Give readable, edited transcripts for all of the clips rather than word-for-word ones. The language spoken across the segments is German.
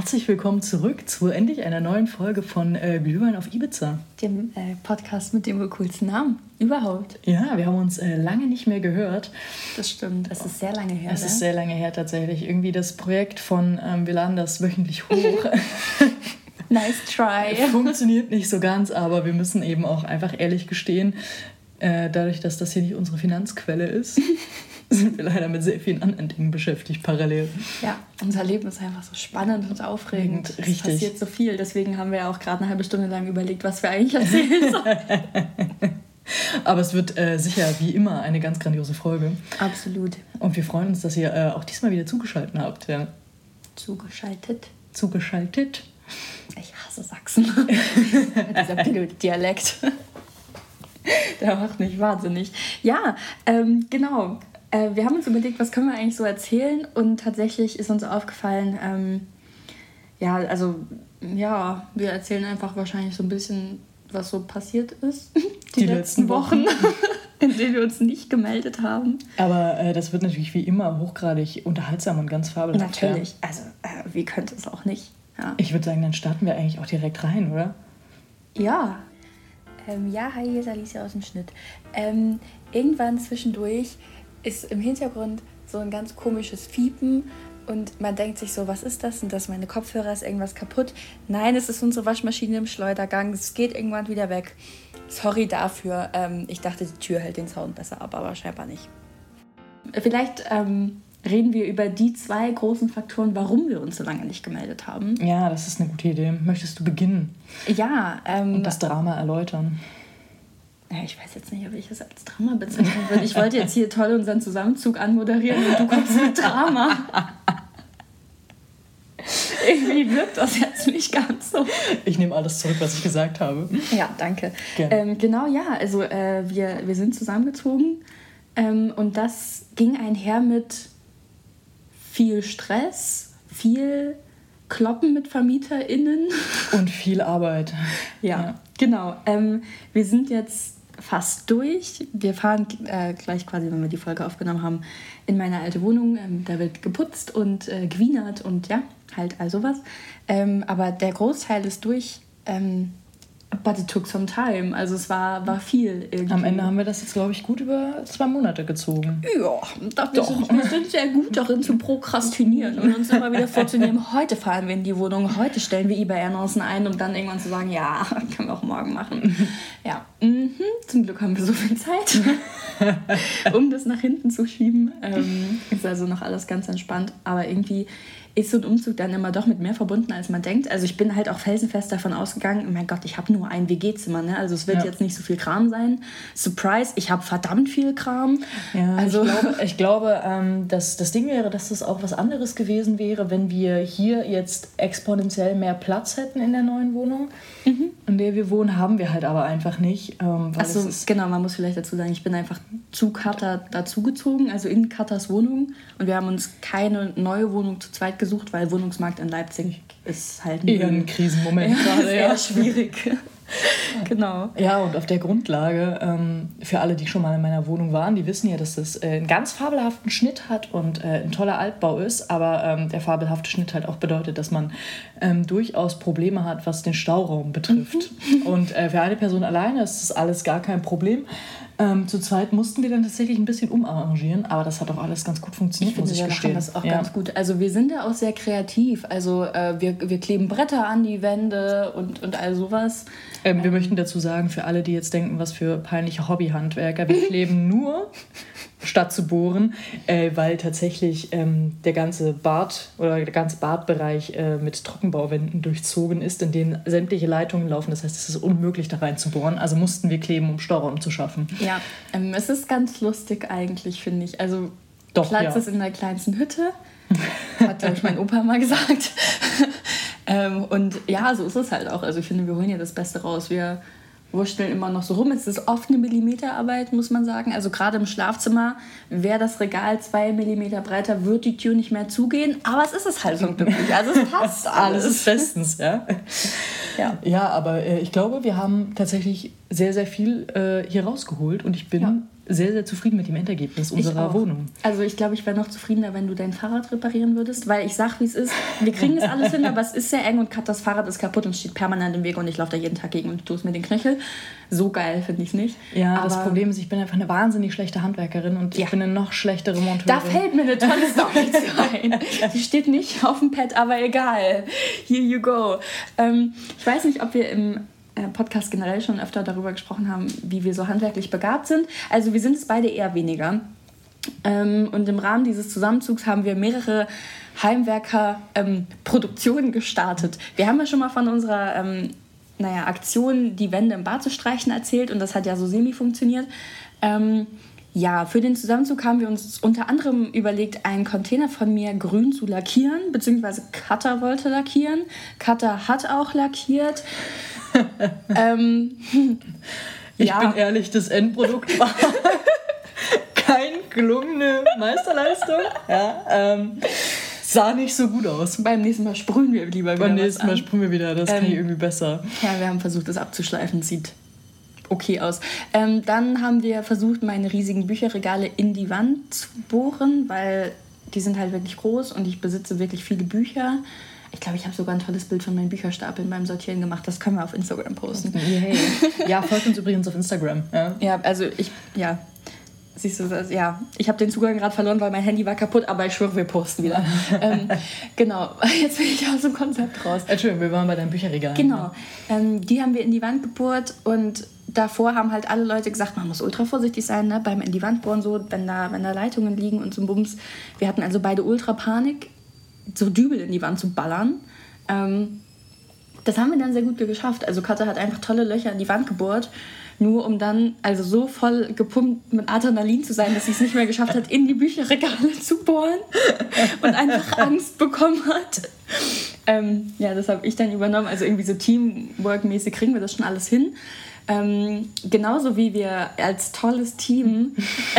herzlich willkommen zurück zu endlich einer neuen Folge von Glühwein auf Ibiza. Dem Podcast mit dem wohl coolsten Namen überhaupt. Ja, wir haben uns lange nicht mehr gehört. Das stimmt, es ist sehr lange her. Es ist sehr lange her tatsächlich. Irgendwie das Projekt von, wir laden das wöchentlich hoch. Nice try. Funktioniert nicht so ganz, aber wir müssen eben auch einfach ehrlich gestehen, dadurch, dass das hier nicht unsere Finanzquelle ist, sind wir leider mit sehr vielen anderen Dingen beschäftigt parallel. Ja, unser Leben ist einfach so spannend und aufregend. Richtig. Es passiert so viel. Deswegen haben wir ja auch gerade eine halbe Stunde lang überlegt, was wir eigentlich erzählen sollen. Aber es wird sicher wie immer eine ganz grandiose Folge. Absolut. Und wir freuen uns, dass ihr auch diesmal wieder zugeschaltet habt. Ja. Zugeschaltet. Ich hasse Sachsen. Dieser blöde Dialekt. Der macht mich wahnsinnig. Ja, genau. Wir haben uns überlegt, was können wir eigentlich so erzählen, und tatsächlich ist uns aufgefallen, wir erzählen einfach wahrscheinlich so ein bisschen, was so passiert ist die letzten Wochen, in denen wir uns nicht gemeldet haben. Aber das wird natürlich wie immer hochgradig unterhaltsam und ganz fabelhaft. Natürlich, also wie könnte es auch nicht. Ja. Ich würde sagen, dann starten wir eigentlich auch direkt rein, oder? Ja. Hi, hier ist Alicia aus dem Schnitt. Irgendwann zwischendurch ist im Hintergrund so ein ganz komisches Fiepen und man denkt sich so, was ist das? Sind das meine Kopfhörer? Ist irgendwas kaputt? Nein, es ist unsere Waschmaschine im Schleudergang. Es geht irgendwann wieder weg. Sorry dafür. Ich dachte, die Tür hält den Sound besser ab, aber scheinbar nicht. Vielleicht reden wir über die 2 großen Faktoren, warum wir uns so lange nicht gemeldet haben. Ja, das ist eine gute Idee. Möchtest du beginnen? Ja. Und das Drama erläutern? Ja, ich weiß jetzt nicht, ob ich es als Drama bezeichnen würde. Ich wollte jetzt hier toll unseren Zusammenzug anmoderieren und du kommst mit Drama. Irgendwie wirkt das jetzt nicht ganz so. Ich nehme alles zurück, was ich gesagt habe. Ja, danke. Gerne. Genau, ja. Also wir sind zusammengezogen und das ging einher mit viel Stress, viel Kloppen mit VermieterInnen. Und viel Arbeit. Ja, genau. Wir sind jetzt fast durch. Wir fahren gleich quasi, wenn wir die Folge aufgenommen haben, in meine alte Wohnung. Da wird geputzt und gewienert und ja, halt all sowas. Aber der Großteil ist durch. But it took some time. Also es war viel irgendwie. Am Ende haben wir das jetzt, glaube ich, gut über 2 Monate gezogen. Ja, wir sind sehr gut darin zu prokrastinieren und uns immer wieder vorzunehmen, heute fahren wir in die Wohnung, heute stellen wir eBay-Annoncen ein, um dann irgendwann zu sagen, ja, können wir auch morgen machen. Ja, zum Glück haben wir so viel Zeit, um das nach hinten zu schieben. Ist also noch alles ganz entspannt, aber irgendwie ist so ein Umzug dann immer doch mit mehr verbunden, als man denkt. Also ich bin halt auch felsenfest davon ausgegangen, oh mein Gott, ich habe nur ein WG-Zimmer, ne? Also es wird jetzt nicht so viel Kram sein. Surprise, ich habe verdammt viel Kram. Ja, also ich glaube, dass das Ding wäre, dass das auch was anderes gewesen wäre, wenn wir hier jetzt exponentiell mehr Platz hätten in der neuen Wohnung, in der wir wohnen, haben wir halt aber einfach nicht. Achso, genau, man muss vielleicht dazu sagen, ich bin einfach zu Katha dazugezogen, also in Kathas Wohnung, und wir haben uns keine neue Wohnung zu zweit gesucht, weil Wohnungsmarkt in Leipzig ist halt eher ein Krisenmoment gerade. Sehr schwierig. Genau. Ja, und auf der Grundlage, für alle, die schon mal in meiner Wohnung waren, die wissen ja, dass das einen ganz fabelhaften Schnitt hat und ein toller Altbau ist, aber der fabelhafte Schnitt halt auch bedeutet, dass man durchaus Probleme hat, was den Stauraum betrifft. Und für eine Person alleine ist das alles gar kein Problem. Zu zweit mussten wir dann tatsächlich ein bisschen umarrangieren, aber das hat auch alles ganz gut funktioniert, muss ich gestehen. Das auch ganz gut. Also wir sind ja auch sehr kreativ. Also wir kleben Bretter an die Wände und all sowas. Wir möchten dazu sagen, für alle, die jetzt denken, was für peinliche Hobbyhandwerker, wir kleben nur, statt zu bohren, weil tatsächlich der ganze Bad oder der ganze Badbereich mit Trockenbauwänden durchzogen ist, in denen sämtliche Leitungen laufen. Das heißt, es ist unmöglich, da rein zu bohren. Also mussten wir kleben, um Stauraum zu schaffen. Ja, es ist ganz lustig eigentlich, finde ich. Also Doch, Platz ist in der kleinsten Hütte, hat, glaube ich, mein Opa mal gesagt. Und ja, so ist es halt auch. Also ich finde, wir holen ja das Beste raus. Wir wursteln immer noch so rum. Es ist oft eine Millimeterarbeit, muss man sagen. Also gerade im Schlafzimmer wäre das Regal 2 Millimeter breiter, wird die Tür nicht mehr zugehen. Aber es ist es halt so glücklich. Also es passt alles. Alles ist bestens, ja. Ja, aber ich glaube, wir haben tatsächlich sehr, sehr viel hier rausgeholt. Und ich bin sehr, sehr zufrieden mit dem Endergebnis unserer Wohnung. Also ich glaube, ich wäre noch zufriedener, wenn du dein Fahrrad reparieren würdest, weil ich sag, wie es ist. Wir kriegen das alles hin, aber es ist sehr eng und Katas Fahrrad ist kaputt und steht permanent im Weg und ich laufe da jeden Tag gegen und tue es mit den Knöchel. So geil finde ich es nicht. Ja, aber das Problem ist, ich bin einfach eine wahnsinnig schlechte Handwerkerin und ich bin eine noch schlechtere Monteurin. Da fällt mir eine tolle Story zu ein. Die steht nicht auf dem Pad, aber egal. Here you go. Ich weiß nicht, ob wir im Podcast generell schon öfter darüber gesprochen haben, wie wir so handwerklich begabt sind. Also wir sind es beide eher weniger. Und im Rahmen dieses Zusammenzugs haben wir mehrere Heimwerker-Produktionen gestartet. Wir haben ja schon mal von unserer Aktion, die Wände im Bad zu streichen, erzählt und das hat ja so semi funktioniert. Ja, für den Zusammenzug haben wir uns unter anderem überlegt, einen Container von mir grün zu lackieren, beziehungsweise Katha wollte lackieren. Katha hat auch lackiert. Ich bin ehrlich, das Endprodukt war keine gelungene Meisterleistung. Ja, sah nicht so gut aus. Beim nächsten Mal sprühen wir lieber wieder. Beim nächsten Mal sprühen wir wieder, das kann ich irgendwie besser. Ja, wir haben versucht, das abzuschleifen. Sieht okay aus. Dann haben wir versucht, meine riesigen Bücherregale in die Wand zu bohren, weil die sind halt wirklich groß und ich besitze wirklich viele Bücher. Ich glaube, ich habe sogar ein tolles Bild von meinen Bücherstapeln beim Sortieren gemacht. Das können wir auf Instagram posten. Yay. Ja, folgt uns übrigens auf Instagram. Ja, also siehst du das? Ja, ich habe den Zugang gerade verloren, weil mein Handy war kaputt, aber ich schwöre, wir posten wieder. Genau, jetzt bin ich aus dem Konzept raus. Entschuldigung, wir waren bei deinem Bücherregal. Genau, die haben wir in die Wand gebohrt und davor haben halt alle Leute gesagt, man muss ultra vorsichtig sein, ne, beim in die Wand bohren, so, wenn da Leitungen liegen und so ein Bums. Wir hatten also beide ultra Panik, so Dübel in die Wand zu ballern. Das haben wir dann sehr gut geschafft. Also Katha hat einfach tolle Löcher in die Wand gebohrt, nur um dann also so voll gepumpt mit Adrenalin zu sein, dass sie es nicht mehr geschafft hat, in die Bücherregale zu bohren und einfach Angst bekommen hat. Das habe ich dann übernommen. Also irgendwie so Teamwork-mäßig kriegen wir das schon alles hin. Genauso wie wir als tolles Team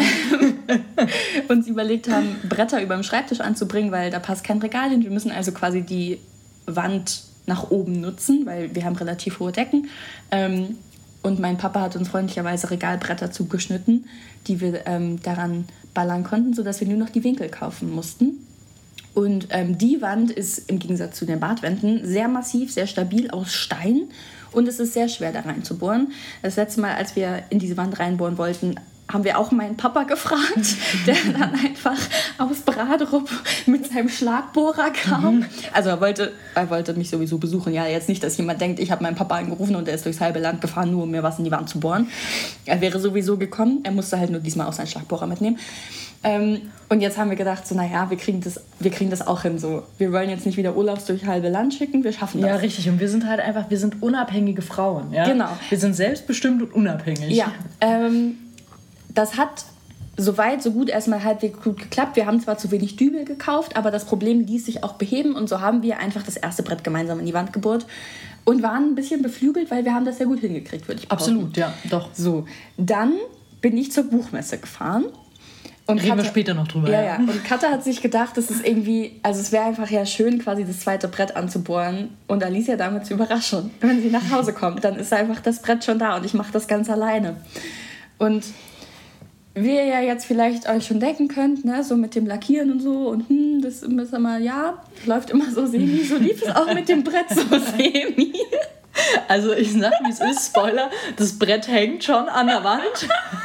uns überlegt haben, Bretter über dem Schreibtisch anzubringen, weil da passt kein Regal hin. Wir müssen also quasi die Wand nach oben nutzen, weil wir haben relativ hohe Decken. Und mein Papa hat uns freundlicherweise Regalbretter zugeschnitten, die wir daran ballern konnten, sodass wir nur noch die Winkel kaufen mussten. Und die Wand ist im Gegensatz zu den Badwänden sehr massiv, sehr stabil aus Stein. Und es ist sehr schwer, da reinzubohren. Das letzte Mal, als wir in diese Wand reinbohren wollten, haben wir auch meinen Papa gefragt, der dann einfach aus Braderup mit seinem Schlagbohrer kam. Also er wollte mich sowieso besuchen. Ja, jetzt nicht, dass jemand denkt, ich habe meinen Papa angerufen und er ist durchs halbe Land gefahren, nur um mir was in die Wand zu bohren. Er wäre sowieso gekommen. Er musste halt nur diesmal auch seinen Schlagbohrer mitnehmen. Und jetzt haben wir gedacht, so, naja, wir kriegen das auch hin. So. Wir wollen jetzt nicht wieder Urlaubs durch halbe Land schicken, wir schaffen das. Ja, richtig. Und wir sind halt einfach, wir sind unabhängige Frauen. Ja? Genau. Wir sind selbstbestimmt und unabhängig. Ja, das hat soweit, so gut erstmal halbwegs gut geklappt. Wir haben zwar zu wenig Dübel gekauft, aber das Problem ließ sich auch beheben. Und so haben wir einfach das erste Brett gemeinsam in die Wand gebohrt und waren ein bisschen beflügelt, weil wir haben das sehr gut hingekriegt, würde ich behaupten. Absolut, ja, doch. So, dann bin ich zur Buchmesse gefahren. Und reden wir später noch drüber. Ja. Und Katha hat sich gedacht, das ist irgendwie, also es wäre einfach ja schön, quasi das zweite Brett anzubohren und Alicia damit zu überraschen. Wenn sie nach Hause kommt, dann ist einfach das Brett schon da und ich mache das ganz alleine. Und wie ihr ja jetzt vielleicht euch schon denken könnt, ne, so mit dem Lackieren und so und das ist immer, läuft immer so semi, so lief es auch mit dem Brett so semi. Also ich sag, wie es ist, Spoiler, das Brett hängt schon an der Wand.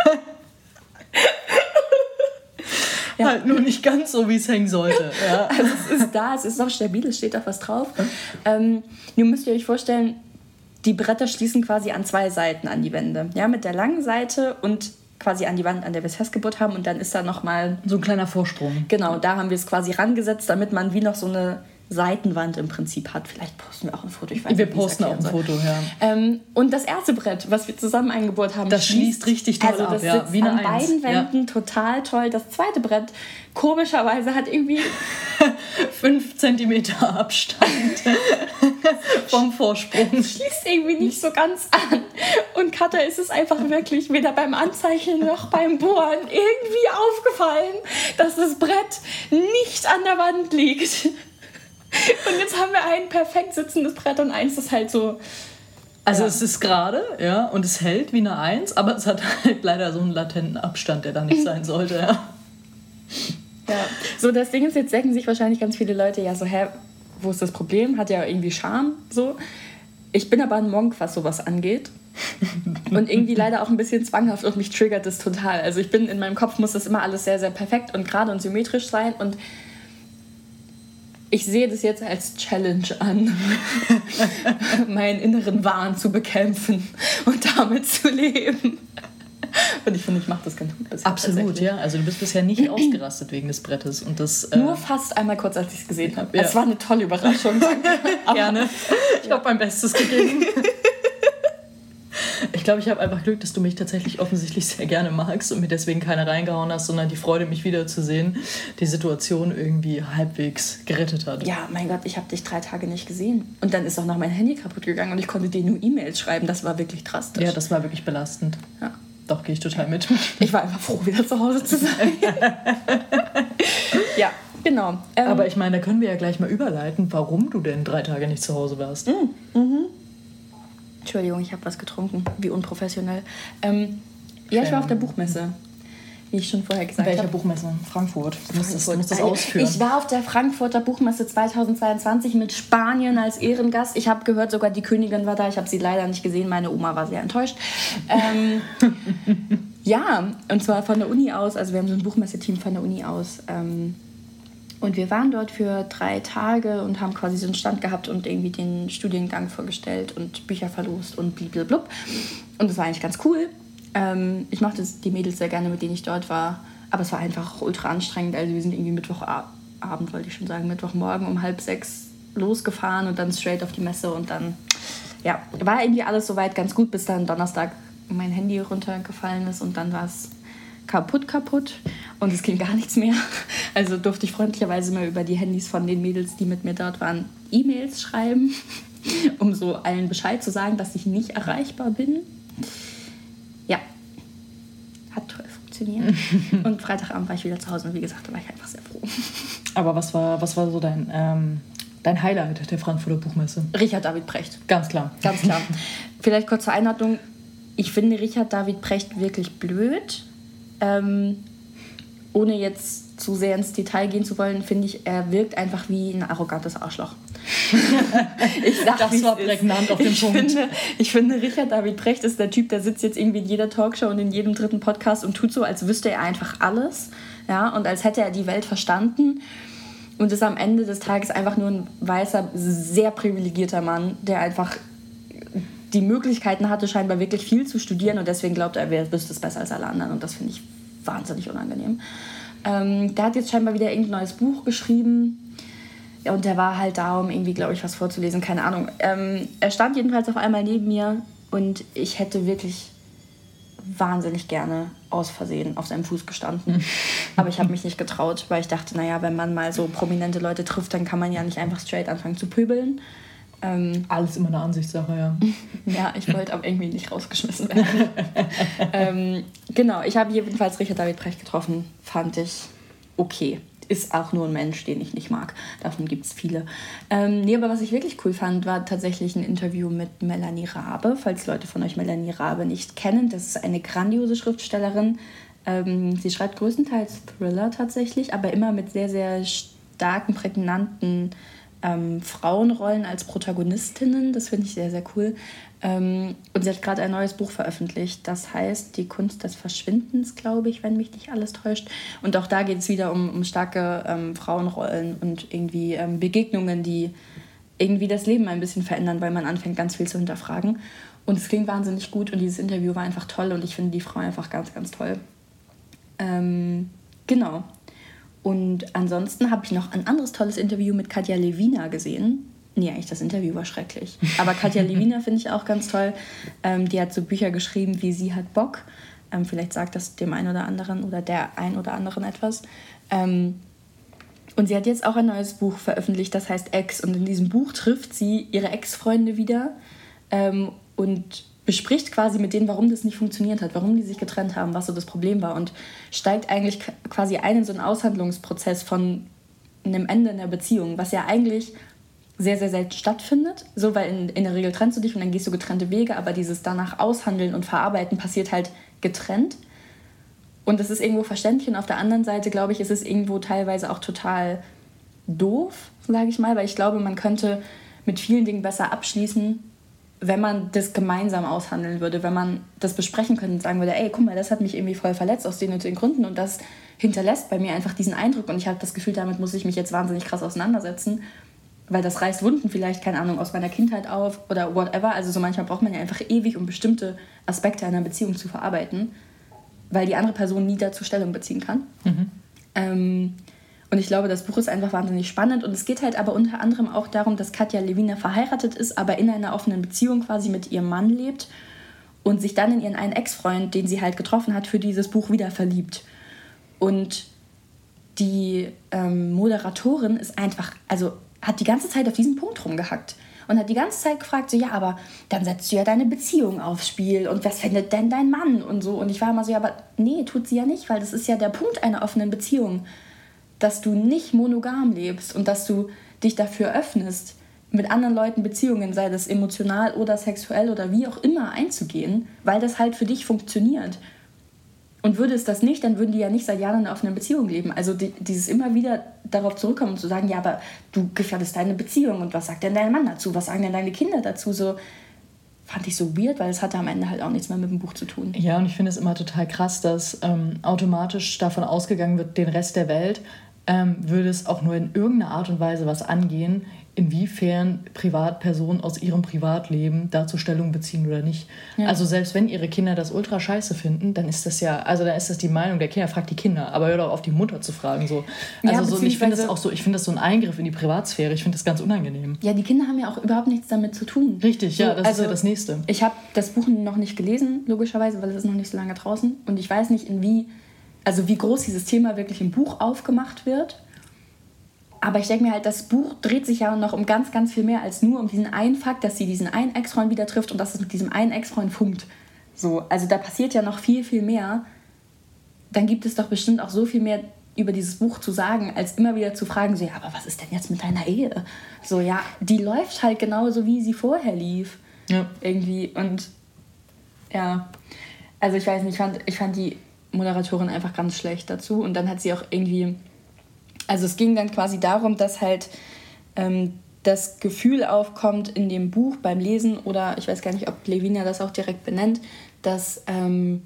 Ja. Halt nur nicht ganz so, wie es hängen sollte. Ja. Also es ist da, es ist auch stabil, es steht auch was drauf. Nun müsst ihr euch vorstellen, die Bretter schließen quasi an zwei Seiten an die Wände. Ja, mit der langen Seite und quasi an die Wand, an der wir es festgebohrt haben. Und dann ist da nochmal so ein kleiner Vorsprung. Genau, da haben wir es quasi rangesetzt, damit man wie noch so eine Seitenwand im Prinzip hat. Vielleicht posten wir auch ein Foto. Wir posten auch ein Foto, ja. Und das erste Brett, was wir zusammen eingebohrt haben, das schließt richtig toll ab. Das sitzt wie an beiden Wänden total toll. Das zweite Brett, komischerweise, hat irgendwie 5 cm Abstand vom Vorsprung. Schließt irgendwie nicht so ganz an. Und Katha ist es einfach wirklich weder beim Anzeichnen noch beim Bohren irgendwie aufgefallen, dass das Brett nicht an der Wand liegt. Und jetzt haben wir ein perfekt sitzendes Brett und eins, das halt so Also es ist gerade, ja, und es hält wie eine 1, aber es hat halt leider so einen latenten Abstand, der da nicht sein sollte, ja. Ja, so das Ding ist, jetzt denken sich wahrscheinlich ganz viele Leute, ja so, wo ist das Problem? Hat ja irgendwie Charme, so. Ich bin aber ein Monk, was sowas angeht. Und irgendwie leider auch ein bisschen zwanghaft und mich triggert das total. Also ich bin, in meinem Kopf muss das immer alles sehr, sehr perfekt und gerade und symmetrisch sein und ich sehe das jetzt als Challenge an, meinen inneren Wahn zu bekämpfen und damit zu leben. Und ich finde, ich mache das ganz gut bisher. Absolut, ja. Also du bist bisher nicht ausgerastet wegen des Brettes. Und das, nur fast einmal kurz, als ich es gesehen habe. Ja. Es war eine tolle Überraschung. Gerne. Ich habe mein Bestes gegeben. Ich glaube, ich habe einfach Glück, dass du mich tatsächlich offensichtlich sehr gerne magst und mir deswegen keine reingehauen hast, sondern die Freude, mich wiederzusehen, die Situation irgendwie halbwegs gerettet hat. Ja, mein Gott, ich habe dich 3 Tage nicht gesehen. Und dann ist auch noch mein Handy kaputt gegangen und ich konnte dir nur E-Mails schreiben. Das war wirklich drastisch. Ja, das war wirklich belastend. Ja. Doch, gehe ich total mit. Ich war einfach froh, wieder zu Hause zu sein. Ja, genau. Aber ich meine, da können wir ja gleich mal überleiten, warum du denn 3 Tage nicht zu Hause warst. Entschuldigung, ich habe was getrunken. Wie unprofessionell. Ja, ich war auf der Buchmesse. Wie ich schon vorher gesagt habe. Welche Buchmesse? Frankfurt. Du musst das ausführen. Ich war auf der Frankfurter Buchmesse 2022 mit Spanien als Ehrengast. Ich habe gehört, sogar die Königin war da. Ich habe sie leider nicht gesehen. Meine Oma war sehr enttäuscht. Ja, und zwar von der Uni aus. Also wir haben so ein Buchmesse-Team von der Uni aus. Und wir waren dort für 3 Tage und haben quasi so einen Stand gehabt und irgendwie den Studiengang vorgestellt und Bücher verlost und blablabla. Und das war eigentlich ganz cool. Ich mochte die Mädels sehr gerne, mit denen ich dort war. Aber es war einfach ultra anstrengend. Also wir sind irgendwie Mittwochabend, wollte ich schon sagen, Mittwochmorgen um 5:30 losgefahren und dann straight auf die Messe. Und dann, ja, war irgendwie alles soweit ganz gut, bis dann Donnerstag mein Handy runtergefallen ist und dann war es kaputt und es ging gar nichts mehr. Also durfte ich freundlicherweise mal über die Handys von den Mädels, die mit mir dort waren, E-Mails schreiben, um so allen Bescheid zu sagen, dass ich nicht erreichbar bin. Ja, hat toll funktioniert. Und Freitagabend war ich wieder zu Hause und wie gesagt, da war ich einfach sehr froh. Aber was war so dein Highlight der Frankfurter Buchmesse? Richard David Precht. Ganz klar. Ganz klar. Vielleicht kurz zur Einordnung. Ich finde Richard David Precht wirklich blöd. Ohne jetzt zu sehr ins Detail gehen zu wollen, finde ich, er wirkt einfach wie ein arrogantes Arschloch. Das war prägnant auf den Punkt. Ich finde, Richard David Precht ist der Typ, der sitzt jetzt irgendwie in jeder Talkshow und in jedem 3. Podcast und tut so, als wüsste er einfach alles, ja, und als hätte er die Welt verstanden und ist am Ende des Tages einfach nur ein weißer, sehr privilegierter Mann, der einfach die Möglichkeiten hatte, scheinbar wirklich viel zu studieren und deswegen glaubt er wüsste es besser als alle anderen und das finde ich wahnsinnig unangenehm. Der hat jetzt scheinbar wieder irgendein neues Buch geschrieben und der war halt da, um irgendwie, glaube ich, was vorzulesen, keine Ahnung. Er stand jedenfalls auf einmal neben mir und ich hätte wirklich wahnsinnig gerne aus Versehen auf seinem Fuß gestanden. Aber ich habe mich nicht getraut, weil ich dachte, naja, wenn man mal so prominente Leute trifft, dann kann man ja nicht einfach straight anfangen zu pöbeln. Alles immer eine Ansichtssache, ja. Ja, ich wollte aber irgendwie nicht rausgeschmissen werden. Genau, ich habe jedenfalls Richard David Precht getroffen. Fand ich okay. Ist auch nur ein Mensch, den ich nicht mag. Davon gibt es viele. Aber was ich wirklich cool fand, war tatsächlich ein Interview mit Melanie Rabe. Falls Leute von euch Melanie Rabe nicht kennen, das ist eine grandiose Schriftstellerin. Sie schreibt größtenteils Thriller tatsächlich, aber immer mit sehr, sehr starken, prägnanten Frauenrollen als Protagonistinnen. Das finde ich sehr, sehr cool. Und sie hat gerade ein neues Buch veröffentlicht. Das heißt Die Kunst des Verschwindens, glaube ich, wenn mich nicht alles täuscht. Und auch da geht es wieder um starke Frauenrollen und irgendwie Begegnungen, die irgendwie das Leben ein bisschen verändern, weil man anfängt, ganz viel zu hinterfragen. Und es klingt wahnsinnig gut und dieses Interview war einfach toll und ich finde die Frau einfach ganz, ganz toll. Genau. Und ansonsten habe ich noch ein anderes tolles Interview mit Katja Lewina gesehen. Nee, eigentlich das Interview war schrecklich. Aber Katja Lewina finde ich auch ganz toll. Die hat so Bücher geschrieben wie Sie hat Bock. Vielleicht sagt das dem einen oder anderen oder der ein oder anderen etwas. Und sie hat jetzt auch ein neues Buch veröffentlicht, das heißt Ex. Und in diesem Buch trifft sie ihre Ex-Freunde wieder und bespricht quasi mit denen, warum das nicht funktioniert hat, warum die sich getrennt haben, was so das Problem war und steigt eigentlich quasi ein in so einen Aushandlungsprozess von einem Ende in der Beziehung, was ja eigentlich sehr, sehr selten stattfindet. So, weil in der Regel trennst du dich und dann gehst du getrennte Wege, aber dieses danach aushandeln und verarbeiten passiert halt getrennt. Und das ist irgendwo verständlich. Und auf der anderen Seite, glaube ich, ist es irgendwo teilweise auch total doof, sage ich mal, weil ich glaube, man könnte mit vielen Dingen besser abschließen, wenn man das gemeinsam aushandeln würde, wenn man das besprechen könnte und sagen würde, ey, guck mal, das hat mich irgendwie voll verletzt aus den und den Gründen und das hinterlässt bei mir einfach diesen Eindruck und ich habe das Gefühl, damit muss ich mich jetzt wahnsinnig krass auseinandersetzen, weil das reißt Wunden vielleicht, keine Ahnung, aus meiner Kindheit auf oder whatever. Also so manchmal braucht man ja einfach ewig, um bestimmte Aspekte einer Beziehung zu verarbeiten, weil die andere Person nie dazu Stellung beziehen kann. Und ich glaube, das Buch ist einfach wahnsinnig spannend und es geht halt aber unter anderem auch darum, dass Katja Lewina verheiratet ist, aber in einer offenen Beziehung quasi mit ihrem Mann lebt und sich dann in ihren einen Ex-Freund, den sie halt getroffen hat, für dieses Buch wieder verliebt. Und die Moderatorin ist einfach, also hat die ganze Zeit auf diesen Punkt rumgehackt und hat die ganze Zeit gefragt, so ja, aber dann setzt du ja deine Beziehung aufs Spiel und was findet denn dein Mann und so. Und ich war immer so, ja, aber nee, tut sie ja nicht, weil das ist ja der Punkt einer offenen Beziehung, dass du nicht monogam lebst und dass du dich dafür öffnest, mit anderen Leuten Beziehungen, sei das emotional oder sexuell oder wie auch immer, einzugehen, weil das halt für dich funktioniert. Und würde es das nicht, dann würden die ja nicht seit Jahren in einer offenen Beziehung leben. Also dieses immer wieder darauf zurückkommen und zu sagen, ja, aber du gefährdest deine Beziehung und was sagt denn dein Mann dazu, was sagen denn deine Kinder dazu, so fand ich so weird, weil es hatte am Ende halt auch nichts mehr mit dem Buch zu tun. Ja, und ich finde es immer total krass, dass automatisch davon ausgegangen wird, den Rest der Welt würde es auch nur in irgendeiner Art und Weise was angehen, inwiefern Privatpersonen aus ihrem Privatleben dazu Stellung beziehen oder nicht. Ja. Also selbst wenn ihre Kinder das ultra scheiße finden, dann ist das ja, also dann ist das die Meinung der Kinder, fragt die Kinder, aber hör doch auf, die Mutter zu fragen. So. Also ja, so, ich finde das auch so, ich finde das so ein Eingriff in die Privatsphäre, ich finde das ganz unangenehm. Ja, die Kinder haben ja auch überhaupt nichts damit zu tun. Richtig, so, ja, das ist ja das Nächste. Ich habe das Buch noch nicht gelesen, logischerweise, weil es ist noch nicht so lange draußen und ich weiß nicht, wie groß dieses Thema wirklich im Buch aufgemacht wird. Aber ich denke mir halt, das Buch dreht sich ja noch um ganz, ganz viel mehr als nur um diesen einen Fakt, dass sie diesen einen Ex-Freund wieder trifft und dass es mit diesem einen Ex-Freund funkt. So, also da passiert ja noch viel, viel mehr. Dann gibt es doch bestimmt auch so viel mehr über dieses Buch zu sagen, als immer wieder zu fragen, so, ja, aber was ist denn jetzt mit deiner Ehe? So, ja, die läuft halt genauso, wie sie vorher lief. Ja. Irgendwie. Und ja, also ich weiß nicht, ich fand die Moderatorin einfach ganz schlecht dazu. Und dann hat sie auch irgendwie... Also es ging dann quasi darum, dass halt das Gefühl aufkommt in dem Buch beim Lesen, oder ich weiß gar nicht, ob Lewina das auch direkt benennt, dass im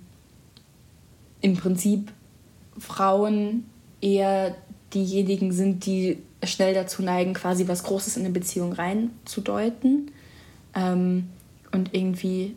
Prinzip Frauen eher diejenigen sind, die schnell dazu neigen, quasi was Großes in eine Beziehung reinzudeuten und irgendwie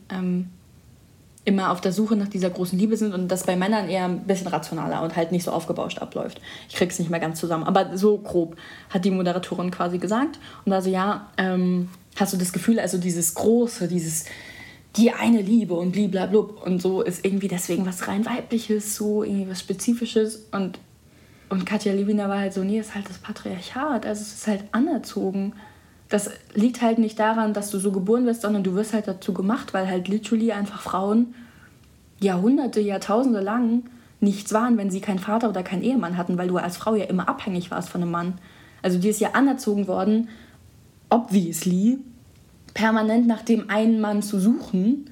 immer auf der Suche nach dieser großen Liebe sind und das bei Männern eher ein bisschen rationaler und halt nicht so aufgebauscht abläuft. Ich krieg's nicht mehr ganz zusammen, aber so grob hat die Moderatorin quasi gesagt. Und also ja, hast du das Gefühl, also dieses Große, die eine Liebe und bliblablub und so ist irgendwie deswegen was rein Weibliches, so irgendwie was Spezifisches und Katja Lewina war halt so, nee, ist halt das Patriarchat, also es ist halt anerzogen. Das liegt halt nicht daran, dass du so geboren wirst, sondern du wirst halt dazu gemacht, weil halt literally einfach Frauen Jahrhunderte, Jahrtausende lang nichts waren, wenn sie keinen Vater oder keinen Ehemann hatten, weil du als Frau ja immer abhängig warst von einem Mann. Also dir ist ja anerzogen worden, obviously, permanent nach dem einen Mann zu suchen,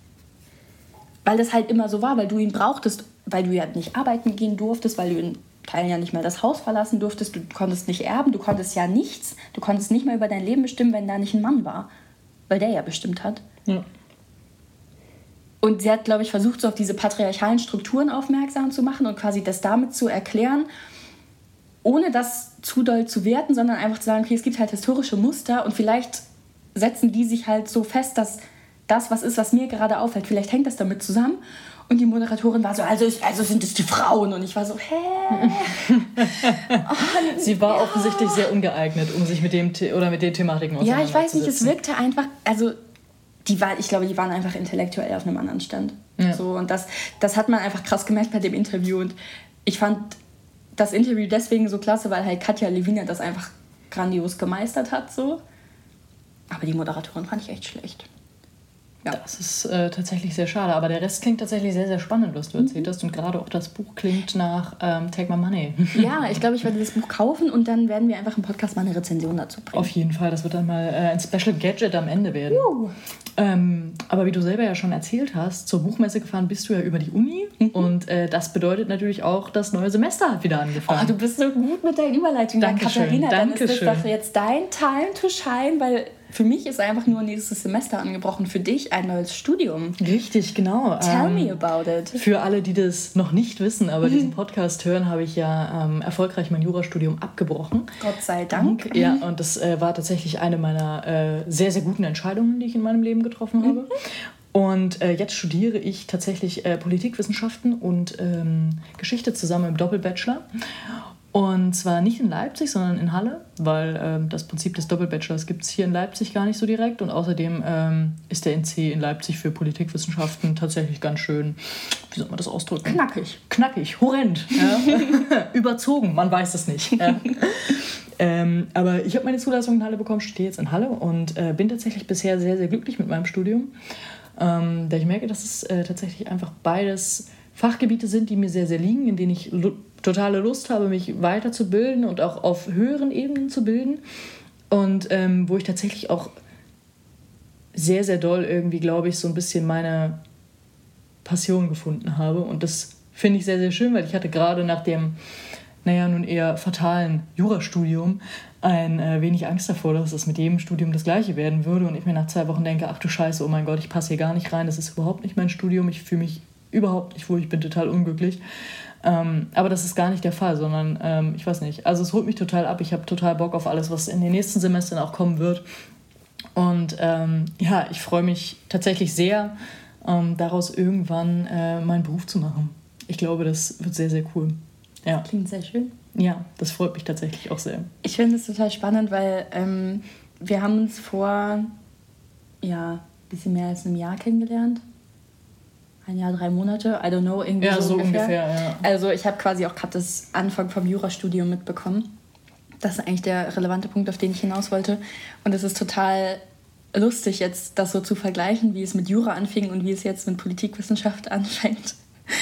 weil das halt immer so war, weil du ihn brauchtest, weil du ja nicht arbeiten gehen durftest, weil du in Teilen ja nicht mal das Haus verlassen durftest, du konntest nicht erben, du konntest ja nichts, du konntest nicht mehr über dein Leben bestimmen, wenn da nicht ein Mann war, weil der ja bestimmt hat. Ja. Und sie hat, glaube ich, versucht, so auf diese patriarchalen Strukturen aufmerksam zu machen und quasi das damit zu erklären, ohne das zu doll zu werten, sondern einfach zu sagen, okay, es gibt halt historische Muster und vielleicht setzen die sich halt so fest, dass das was ist, was mir gerade auffällt. Vielleicht hängt das damit zusammen. Und die Moderatorin war so, also sind es die Frauen. Und ich war so, hä? Sie war offensichtlich sehr ungeeignet, um sich mit den Thematiken auseinanderzusetzen. Ja, ich weiß nicht, es wirkte einfach, also ich glaube, die waren einfach intellektuell auf einem anderen Stand. Ja. So, und das hat man einfach krass gemerkt bei dem Interview. Und ich fand das Interview deswegen so klasse, weil halt Katja Lewina das einfach grandios gemeistert hat. So. Aber die Moderatorin fand ich echt schlecht. Ja. Das ist tatsächlich sehr schade, aber der Rest klingt tatsächlich sehr, sehr spannend, was du erzählt hast. Und gerade auch das Buch klingt nach Take My Money. Ja, ich glaube, ich werde das Buch kaufen und dann werden wir einfach im Podcast mal eine Rezension dazu bringen. Auf jeden Fall, das wird dann mal ein Special Gadget am Ende werden. Aber wie du selber ja schon erzählt hast, zur Buchmesse gefahren bist du ja über die Uni. Und das bedeutet natürlich auch, das neue Semester hat wieder angefangen. Oh, du bist so gut mit deinen Überleitungen, Dankeschön, Katharina. Dann Dankeschön. ist das doch jetzt dein Time to shine, weil für mich ist einfach nur nächstes Semester angebrochen. Für dich ein neues Studium. Richtig, genau. Tell me about it. Für alle, die das noch nicht wissen, aber diesen Podcast hören, habe ich ja erfolgreich mein Jurastudium abgebrochen. Gott sei Dank. Ja, und das war tatsächlich eine meiner sehr, sehr guten Entscheidungen, die ich in meinem Leben getroffen habe. Und jetzt studiere ich tatsächlich Politikwissenschaften und Geschichte zusammen im Doppelbachelor. Und zwar nicht in Leipzig, sondern in Halle, weil das Prinzip des Doppelbachelors gibt es hier in Leipzig gar nicht so direkt. Und außerdem ist der NC in Leipzig für Politikwissenschaften tatsächlich ganz schön, wie soll man das ausdrücken? Knackig. Knackig, horrend. Ja. Überzogen, man weiß es nicht. Ja. Aber ich habe meine Zulassung in Halle bekommen, studiere jetzt in Halle und bin tatsächlich bisher sehr, sehr glücklich mit meinem Studium. Da ich merke, dass es tatsächlich einfach beides Fachgebiete sind, die mir sehr, sehr liegen, in denen ich totale Lust habe, mich weiterzubilden und auch auf höheren Ebenen zu bilden. Und wo ich tatsächlich auch sehr, sehr doll irgendwie, glaube ich, so ein bisschen meine Passion gefunden habe. Und das finde ich sehr, sehr schön, weil ich hatte gerade nach dem, nun eher fatalen Jurastudium ein wenig Angst davor, dass es mit jedem Studium das Gleiche werden würde. Und ich mir nach 2 Wochen denke, ach du Scheiße, oh mein Gott, ich passe hier gar nicht rein, das ist überhaupt nicht mein Studium, ich fühle mich überhaupt nicht wohl, ich bin total unglücklich. Aber das ist gar nicht der Fall, sondern ich weiß nicht. Also es holt mich total ab. Ich habe total Bock auf alles, was in den nächsten Semestern auch kommen wird. Und ich freue mich tatsächlich sehr, daraus irgendwann meinen Beruf zu machen. Ich glaube, das wird sehr, sehr cool. Ja. Klingt sehr schön. Ja, das freut mich tatsächlich auch sehr. Ich finde es total spannend, weil wir haben uns vor ein bisschen mehr als einem Jahr kennengelernt. 1 Jahr, 3 Monate, I don't know, irgendwie ja, so ungefähr. Ja. Also ich habe quasi auch gerade das Anfang vom Jurastudium mitbekommen. Das ist eigentlich der relevante Punkt, auf den ich hinaus wollte. Und es ist total lustig, jetzt das so zu vergleichen, wie es mit Jura anfing und wie es jetzt mit Politikwissenschaft anfängt.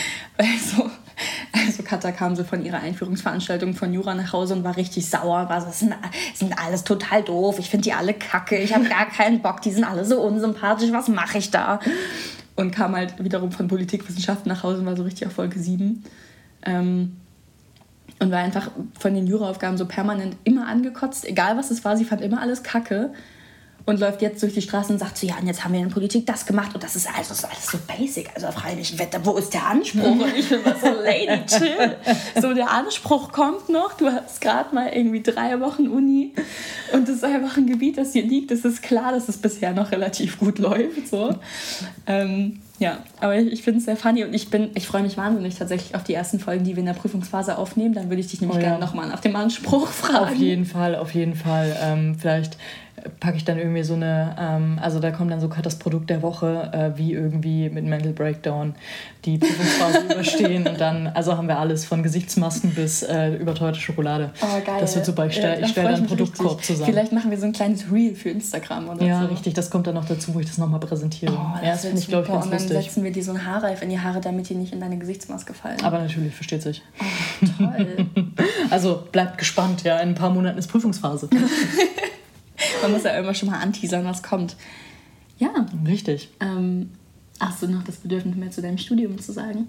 Also Katha kam so von ihrer Einführungsveranstaltung von Jura nach Hause und war richtig sauer. War so, das sind alles total doof, ich finde die alle kacke, ich habe gar keinen Bock, die sind alle so unsympathisch, was mache ich da? Und kam halt wiederum von Politikwissenschaften nach Hause und war so richtig auf Folge 7. Und war einfach von den Juraaufgaben so permanent immer angekotzt. Egal was es war, sie fand immer alles kacke. Und läuft jetzt durch die Straße und sagt so, ja, und jetzt haben wir in Politik das gemacht und das ist alles so basic. Also freilich, wo ist der Anspruch? Und ich bin immer so, Lady, chill. So, der Anspruch kommt noch. Du hast gerade mal irgendwie 3 Wochen Uni und das ist einfach ein Gebiet, das dir liegt. Es ist klar, dass es bisher noch relativ gut läuft. So. Aber ich finde es sehr funny und ich freue mich wahnsinnig tatsächlich auf die ersten Folgen, die wir in der Prüfungsphase aufnehmen. Dann würde ich dich nämlich gerne nochmal nach dem Anspruch fragen. Auf jeden Fall. Vielleicht packe ich dann irgendwie so eine, also da kommt dann so das Produkt der Woche, wie irgendwie mit Mental Breakdown die Prüfungsphase überstehen und dann, also haben wir alles von Gesichtsmasken bis überteuerte Schokolade. Oh, geil. Das wird super, ich stelle dann einen Produktkorb richtig zusammen. Vielleicht machen wir so ein kleines Reel für Instagram oder ja, so. Ja, richtig, das kommt dann noch dazu, wo ich das nochmal präsentiere. Das finde ich, glaube ich, ganz lustig. Und dann setzen wir dir so einen Haarreif in die Haare, damit die nicht in deine Gesichtsmaske fallen. Aber natürlich, versteht sich. Oh, toll. Also bleibt gespannt, ja, in ein paar Monaten ist Prüfungsphase. Man muss ja immer schon mal anteasern, was kommt. Ja. Richtig. Hast du noch das Bedürfnis, mehr zu deinem Studium zu sagen?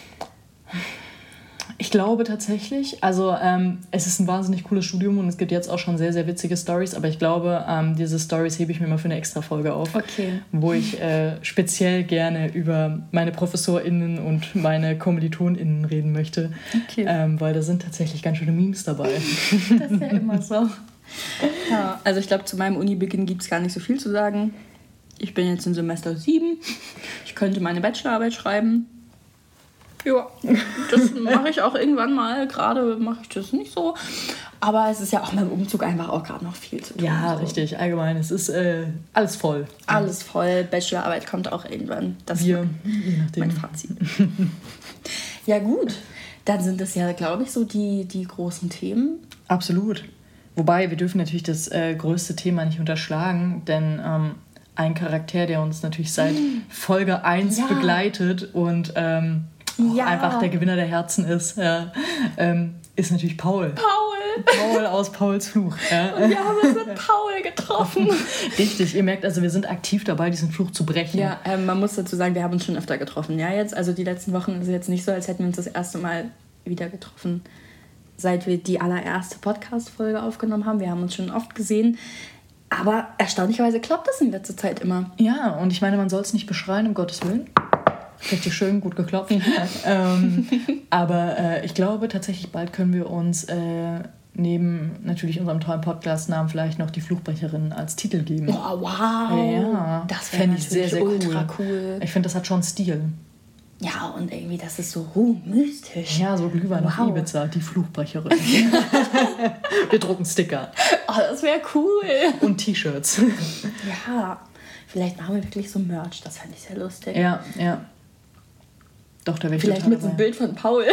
Ich glaube tatsächlich, also es ist ein wahnsinnig cooles Studium und es gibt jetzt auch schon sehr, sehr witzige Storys, aber ich glaube, diese Storys hebe ich mir mal für eine extra Folge auf, wo ich speziell gerne über meine ProfessorInnen und meine KommilitonInnen reden möchte, weil da sind tatsächlich ganz schöne Memes dabei. Das ist ja immer so. Ja, also ich glaube, zu meinem Unibeginn gibt es gar nicht so viel zu sagen. Ich bin jetzt in Semester 7. Ich könnte meine Bachelorarbeit schreiben. Ja, das mache ich auch irgendwann mal. Gerade mache ich das nicht so. Aber es ist ja auch beim Umzug einfach auch gerade noch viel zu tun. Ja, so. Richtig. Allgemein, es ist alles voll. Alles voll. Bachelorarbeit kommt auch irgendwann. Das ist mein Fazit. Ja gut, dann sind das ja, glaube ich, so die großen Themen. Absolut. Wobei, wir dürfen natürlich das größte Thema nicht unterschlagen, denn ein Charakter, der uns natürlich seit Folge 1 begleitet und einfach der Gewinner der Herzen ist, ist natürlich Paul. Paul aus Pauls Fluch. Ja. Und wir haben uns mit Paul getroffen. Richtig, ihr merkt also, wir sind aktiv dabei, diesen Fluch zu brechen. Ja, man muss dazu sagen, wir haben uns schon öfter getroffen. Ja, jetzt, also die letzten Wochen ist es jetzt nicht so, als hätten wir uns das erste Mal wieder getroffen, seit wir die allererste Podcast-Folge aufgenommen haben. Wir haben uns schon oft gesehen. Aber erstaunlicherweise klappt das in letzter Zeit immer. Ja, und ich meine, man soll es nicht beschreien, um Gottes Willen. Richtig schön, gut geklopft. Aber ich glaube tatsächlich, bald können wir uns neben natürlich unserem tollen Podcast-Namen vielleicht noch die Fluchbrecherin als Titel geben. Oh, wow! Ja, das fände ich sehr, sehr ultra cool. Ich finde, das hat schon Stil. Ja, und irgendwie, das ist so mystisch. Ja, so Glühwein auf Ibiza, die Fluchbrecherin. Wir drucken Sticker. Oh, das wäre cool. Und T-Shirts. Ja, vielleicht machen wir wirklich so Merch, das fände ich sehr lustig. Ja. Doch, da wäre ich vielleicht mit so einem Bild von Paul.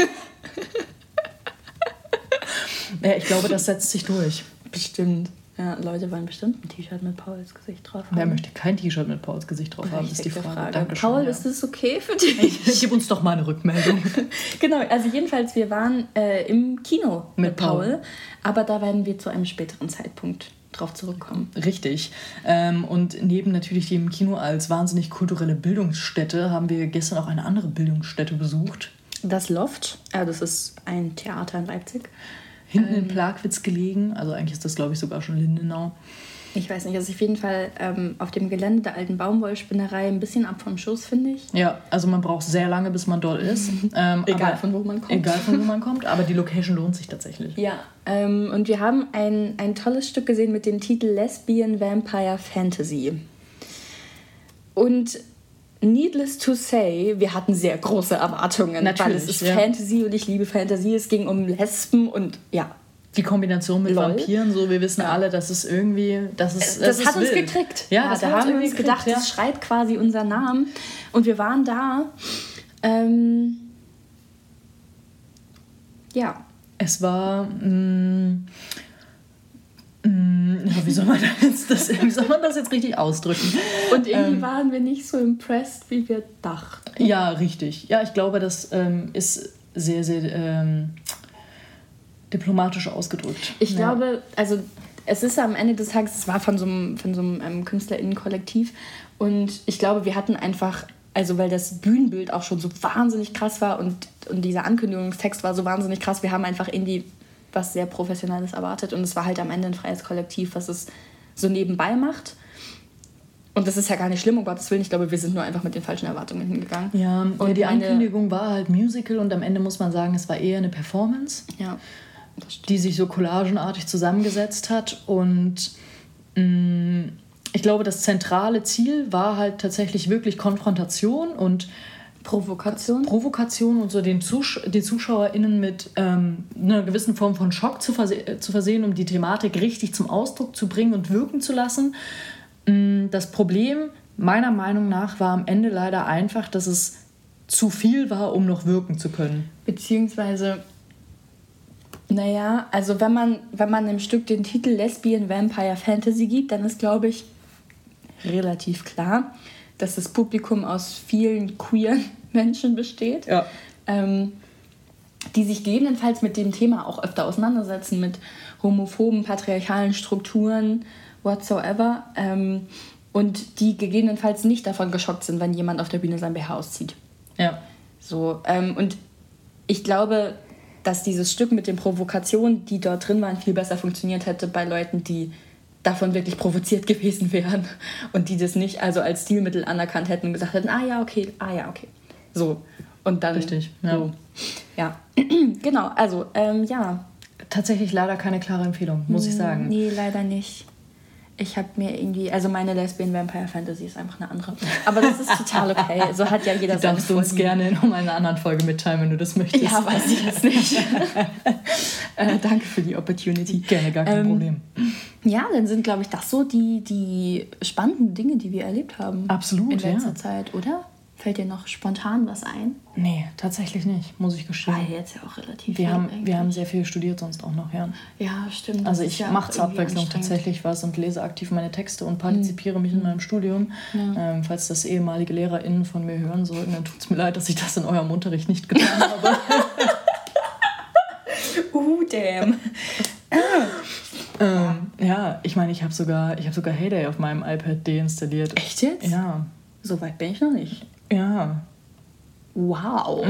Ja, ich glaube, das setzt sich durch. Bestimmt. Ja, Leute wollen bestimmt ein T-Shirt mit Pauls Gesicht drauf haben. Wer möchte kein T-Shirt mit Pauls Gesicht drauf haben, ist die Frage. Dankeschön, Paul, ist das okay für dich? Gib uns doch mal eine Rückmeldung. Genau, also jedenfalls, wir waren im Kino mit Paul, aber da werden wir zu einem späteren Zeitpunkt drauf zurückkommen. Richtig. Und neben natürlich dem Kino als wahnsinnig kulturelle Bildungsstätte haben wir gestern auch eine andere Bildungsstätte besucht. Das Loft, das ist ein Theater in Leipzig. Hinten in Plagwitz gelegen, also eigentlich ist das, glaube ich, sogar schon Lindenau. Ich weiß nicht, also auf jeden Fall auf dem Gelände der alten Baumwollspinnerei ein bisschen ab vom Schuss, finde ich. Ja, also man braucht sehr lange, bis man dort ist. Egal von wo man kommt. Egal von wo man kommt, aber die Location lohnt sich tatsächlich. Ja, und wir haben ein tolles Stück gesehen mit dem Titel Lesbian Vampire Fantasy. Und needless to say, wir hatten sehr große Erwartungen, weil es ist Fantasy und ich liebe Fantasy. Es ging um Lesben und die Kombination mit Vampiren, so wir wissen alle, dass es irgendwie, das hat uns gekriegt. Ja, da haben wir uns gedacht, das schreibt quasi unseren Namen. Und wir waren da. Es war wie soll man das jetzt richtig ausdrücken? Und irgendwie waren wir nicht so impressed, wie wir dachten. Ja, richtig. Ja, ich glaube, das ist sehr, sehr diplomatisch ausgedrückt. Ich glaube, also es ist am Ende des Tages, es war von so einem KünstlerInnen-Kollektiv und ich glaube, wir hatten einfach, also weil das Bühnenbild auch schon so wahnsinnig krass war und dieser Ankündigungstext war so wahnsinnig krass, wir haben einfach irgendwie was sehr Professionelles erwartet und es war halt am Ende ein freies Kollektiv, was es so nebenbei macht. Und das ist ja gar nicht schlimm, um Gottes Willen. Ich glaube, wir sind nur einfach mit den falschen Erwartungen hingegangen. Ja, und die Ankündigung war halt Musical und am Ende muss man sagen, es war eher eine Performance, die sich so collagenartig zusammengesetzt hat. Und ich glaube, das zentrale Ziel war halt tatsächlich wirklich Konfrontation und Provokation und so die ZuschauerInnen mit einer gewissen Form von Schock zu versehen, um die Thematik richtig zum Ausdruck zu bringen und wirken zu lassen. Das Problem meiner Meinung nach war am Ende leider einfach, dass es zu viel war, um noch wirken zu können. Beziehungsweise, also wenn man im Stück den Titel Lesbian Vampire Fantasy gibt, dann ist, glaube ich, relativ klar, dass das Publikum aus vielen queeren Menschen besteht, die sich gegebenenfalls mit dem Thema auch öfter auseinandersetzen, mit homophoben, patriarchalen Strukturen, whatsoever, und die gegebenenfalls nicht davon geschockt sind, wenn jemand auf der Bühne sein BH auszieht. Ja. So, und ich glaube, dass dieses Stück mit den Provokationen, die dort drin waren, viel besser funktioniert hätte bei Leuten, die davon wirklich provoziert gewesen wären und die das nicht also als Stilmittel anerkannt hätten und gesagt hätten, okay. So, und dann... Richtig, ja. So. Ja, genau, also, Tatsächlich leider keine klare Empfehlung, muss ich sagen. Nee, leider nicht. Ich habe mir irgendwie... Also meine Lesbian Vampire Fantasy ist einfach eine andere. Aber das ist total okay. So hat ja jeder seine Darfst du uns gerne in einer anderen Folge mitteilen, wenn du das möchtest. Ja, weiß ich jetzt nicht. Danke für die Opportunity. Gerne, gar kein Problem. Ja, dann sind, glaube ich, das so die spannenden Dinge, die wir erlebt haben. Absolut, in letzter Zeit, oder? Fällt dir noch spontan was ein? Nee, tatsächlich nicht, muss ich gestehen. War jetzt ja auch relativ wir haben sehr viel studiert sonst auch noch, ja. Ja, stimmt. Also ich mache zur Abwechslung tatsächlich was und lese aktiv meine Texte und partizipiere mich in meinem Studium. Ja. Falls das ehemalige LehrerInnen von mir hören sollten, dann tut es mir leid, dass ich das in eurem Unterricht nicht getan habe. Damn. Ja, ich meine, ich habe sogar Heyday auf meinem iPad deinstalliert. Echt jetzt? Ja. So weit bin ich noch nicht. Ja. Wow.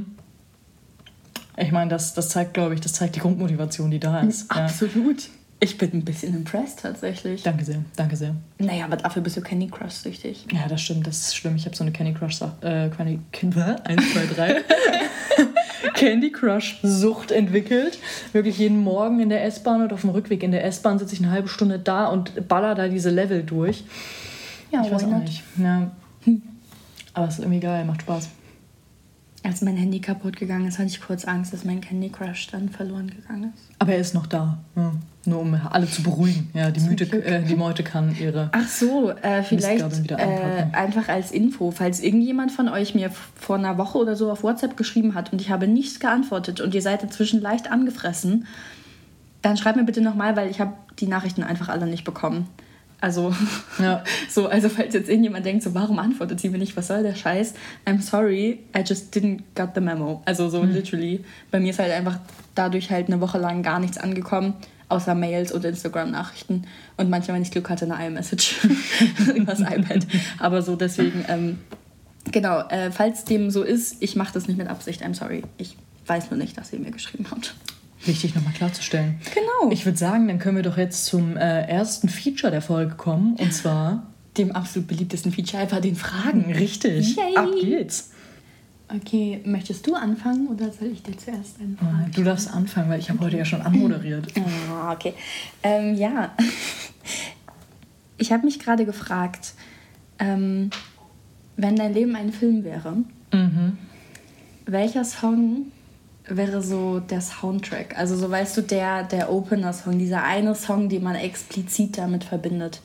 Ich meine, das zeigt, glaube ich, die Grundmotivation, die da ist. Absolut. Ja. Ich bin ein bisschen impressed tatsächlich. Danke sehr, danke sehr. Naja, aber dafür bist du Candy Crush süchtig. Ja, das stimmt, das ist schlimm. Ich habe so eine Candy Crush 1, 2, 3 Candy Crush Sucht entwickelt. Wirklich jeden Morgen in der S-Bahn und auf dem Rückweg in der S-Bahn sitze ich eine halbe Stunde da und baller da diese Level durch. Ja, ich weiß auch nicht. Ja. Aber es ist irgendwie geil, macht Spaß. Als mein Handy kaputt gegangen ist, hatte ich kurz Angst, dass mein Candy Crush dann verloren gegangen ist. Aber er ist noch da. Ja. Nur um alle zu beruhigen. Ja, die Meute kann ihre... Ach so, vielleicht einfach als Info. Falls irgendjemand von euch mir vor einer Woche oder so auf WhatsApp geschrieben hat und ich habe nichts geantwortet und ihr seid dazwischen leicht angefressen, dann schreibt mir bitte nochmal, weil ich habe die Nachrichten einfach alle nicht bekommen. Also, ja. Also falls jetzt irgendjemand denkt, so, warum antwortet sie mir nicht, was soll der Scheiß? I'm sorry, I just didn't got the memo. Also so literally. Bei mir ist halt einfach dadurch halt eine Woche lang gar nichts angekommen, außer Mails und Instagram-Nachrichten. Und manchmal, wenn ich Glück hatte, eine iMessage übers iPad. Aber so deswegen, genau, falls dem so ist, ich mache das nicht mit Absicht, I'm sorry. Ich weiß nur nicht, dass ihr mir geschrieben habt. Wichtig nochmal klarzustellen. Genau. Ich würde sagen, dann können wir doch jetzt zum ersten Feature der Folge kommen. Und zwar dem absolut beliebtesten Feature, einfach den Fragen. Richtig. Yay. Ab geht's. Okay, möchtest du anfangen oder soll ich dir zuerst eine Frage stellen? Du darfst anfangen, weil ich habe heute ja schon anmoderiert. Okay. Ja. Ich habe mich gerade gefragt, wenn dein Leben ein Film wäre, welcher Song wäre so der Soundtrack? Also so, weißt du, der Opener-Song, dieser eine Song, den man explizit damit verbindet.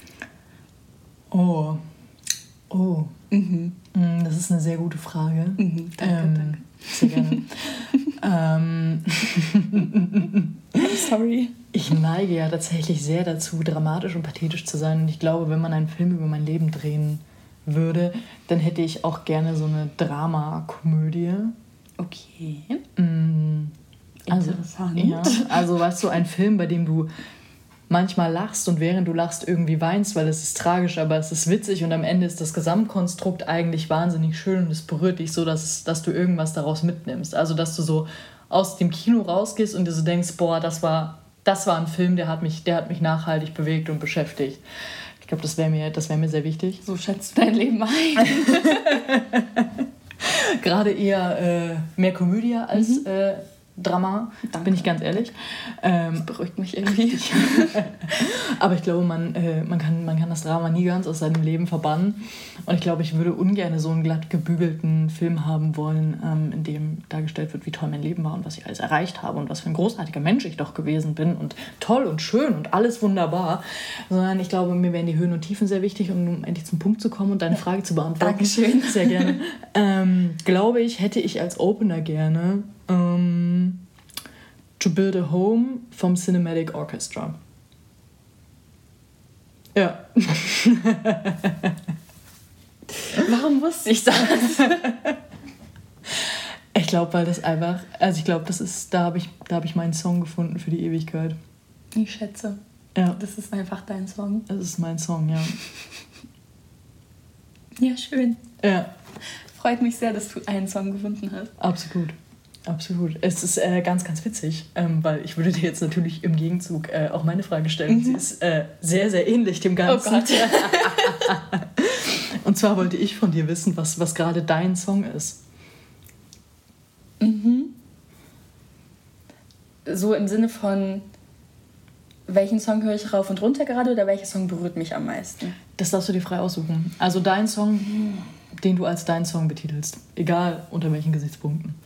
Oh. Das ist eine sehr gute Frage. Danke. Sehr gerne. Sorry. Ich neige ja tatsächlich sehr dazu, dramatisch und pathetisch zu sein. Und ich glaube, wenn man einen Film über mein Leben drehen würde, dann hätte ich auch gerne so eine Dramakomödie. Okay. Interessant. Also weißt du, ein Film, bei dem du manchmal lachst und während du lachst irgendwie weinst, weil es ist tragisch, aber es ist witzig und am Ende ist das Gesamtkonstrukt eigentlich wahnsinnig schön und es berührt dich so, dass du irgendwas daraus mitnimmst. Also dass du so aus dem Kino rausgehst und dir so denkst, boah, das war ein Film, der hat mich nachhaltig bewegt und beschäftigt. Ich glaube, das wäre mir sehr wichtig. So schätzt du dein Leben ein. Gerade eher mehr Komödie als Drama, Danke. Bin ich ganz ehrlich. Das beruhigt mich irgendwie. Aber ich glaube, man kann das Drama nie ganz aus seinem Leben verbannen. Und ich glaube, ich würde ungern so einen glatt gebügelten Film haben wollen, in dem dargestellt wird, wie toll mein Leben war und was ich alles erreicht habe und was für ein großartiger Mensch ich doch gewesen bin und toll und schön und alles wunderbar. Sondern ich glaube, mir wären die Höhen und Tiefen sehr wichtig, um endlich zum Punkt zu kommen und deine Frage zu beantworten. Dankeschön. Sehr gerne. Glaube ich, hätte ich als Opener gerne To Build a Home vom Cinematic Orchestra. Ja. Warum wusste ich das? Ich glaube, weil das einfach, da habe ich meinen Song gefunden für die Ewigkeit. Ich schätze. Ja. Das ist einfach dein Song. Das ist mein Song, ja. Ja, schön. Ja. Freut mich sehr, dass du einen Song gefunden hast. Absolut. Es ist ganz, ganz witzig, weil ich würde dir jetzt natürlich im Gegenzug auch meine Frage stellen. Sie ist sehr, sehr ähnlich dem Ganzen. Oh Gott. Und zwar wollte ich von dir wissen, was gerade dein Song ist. So im Sinne von, welchen Song höre ich rauf und runter gerade oder welcher Song berührt mich am meisten? Das darfst du dir frei aussuchen. Also dein Song, den du als deinen Song betitelst. Egal unter welchen Gesichtspunkten.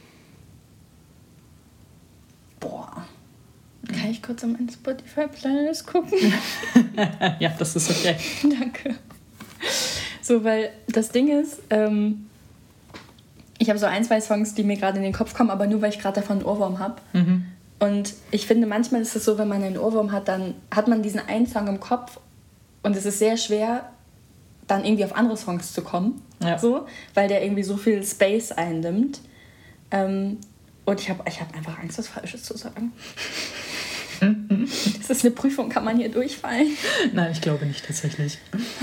Boah. Kann ich kurz an meinen Spotify-Playlist gucken? Ja, das ist okay. Danke. So, weil das Ding ist, ich habe so 1-2 Songs, die mir gerade in den Kopf kommen, aber nur, weil ich gerade davon einen Ohrwurm habe. Mhm. Und ich finde, manchmal ist es so, wenn man einen Ohrwurm hat, dann hat man diesen einen Song im Kopf und es ist sehr schwer, dann irgendwie auf andere Songs zu kommen. Ja. So, weil der irgendwie so viel Space einnimmt. Und ich hab einfach Angst, was Falsches zu sagen. Ist das eine Prüfung? Kann man hier durchfallen? Nein, ich glaube nicht, tatsächlich.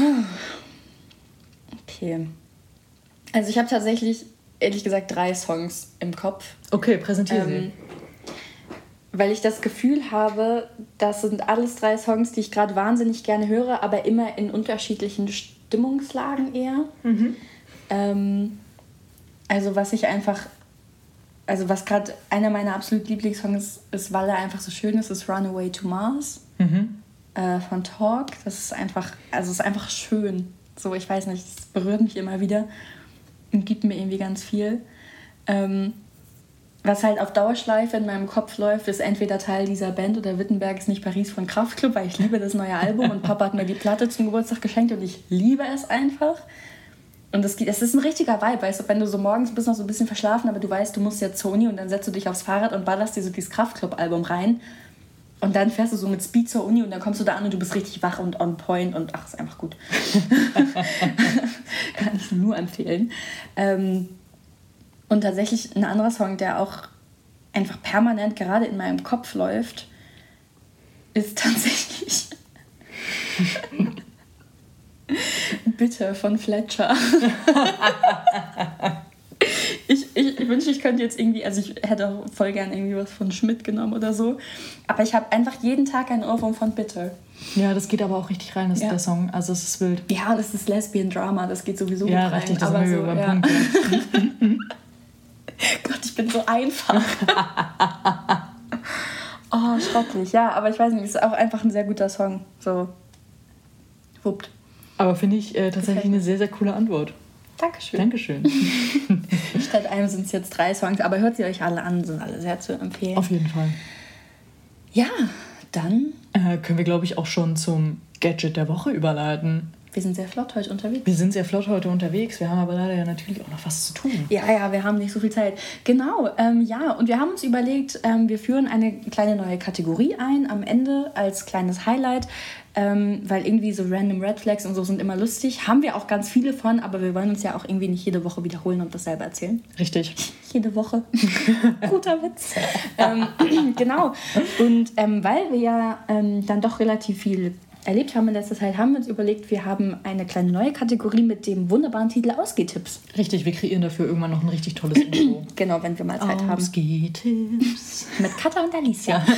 Okay. Also ich habe tatsächlich, ehrlich gesagt, 3 Songs im Kopf. Okay, präsentiere sie. Weil ich das Gefühl habe, das sind alles 3 Songs, die ich gerade wahnsinnig gerne höre, aber immer in unterschiedlichen Stimmungslagen eher. Mhm. Also was gerade einer meiner absolut Lieblingssongs ist, weil er einfach so schön ist Runaway to Mars von Talk. Das ist einfach, also es ist einfach schön. So, ich weiß nicht, es berührt mich immer wieder und gibt mir irgendwie ganz viel. Was halt auf Dauerschleife in meinem Kopf läuft, ist entweder Teil dieser Band oder Wittenberg ist nicht Paris von Kraftklub, weil ich liebe das neue Album und Papa hat mir die Platte zum Geburtstag geschenkt und ich liebe es einfach. Und es ist ein richtiger Vibe, weißt du, wenn du so morgens bist, noch so ein bisschen verschlafen, aber du weißt, du musst jetzt zur Uni und dann setzt du dich aufs Fahrrad und ballerst dir so dieses Kraftklub-Album rein und dann fährst du so mit Speed zur Uni und dann kommst du da an und du bist richtig wach und on point und ach, ist einfach gut. Kann ich nur empfehlen. Und tatsächlich ein anderer Song, der auch einfach permanent gerade in meinem Kopf läuft, ist tatsächlich Bitte von Fletcher. Ich wünschte, ich könnte jetzt irgendwie, also ich hätte auch voll gern irgendwie was von Schmidt genommen oder so, aber ich habe einfach jeden Tag einen Ohrwurm von Bitter. Ja, das geht aber auch richtig rein, der Song, also es ist wild. Ja, das ist Lesbian Drama, das geht sowieso ja, gut rein. Richtig, das aber sind wir so, über ja. Punkt. Gott, ich bin so einfach. Oh, schrecklich. Ja, aber ich weiß nicht, es ist auch einfach ein sehr guter Song. So, wuppt. Aber finde ich tatsächlich eine sehr, sehr coole Antwort. Dankeschön. Dankeschön. Statt einem sind es jetzt 3 Songs, aber hört sie euch alle an, sind alle sehr zu empfehlen. Auf jeden Fall. Ja, dann können wir, glaube ich, auch schon zum Gadget der Woche überleiten. Wir sind sehr flott heute unterwegs. Wir sind sehr flott heute unterwegs. Wir haben aber leider ja natürlich auch noch was zu tun. Ja, wir haben nicht so viel Zeit. Genau, ja. Und wir haben uns überlegt, wir führen eine kleine neue Kategorie ein am Ende als kleines Highlight, weil irgendwie so random Red Flags und so sind immer lustig. Haben wir auch ganz viele von, aber wir wollen uns ja auch irgendwie nicht jede Woche wiederholen und dasselbe erzählen. Richtig. Jede Woche. Guter Witz. Genau. Und weil wir ja dann doch relativ viel erlebt haben in letzter Zeit, haben wir uns überlegt, wir haben eine kleine neue Kategorie mit dem wunderbaren Titel Ausgehtipps. Richtig, wir kreieren dafür irgendwann noch ein richtig tolles Intro. Genau, wenn wir mal Zeit haben. Ausgehtipps. Mit Katha und Alicia. Ja.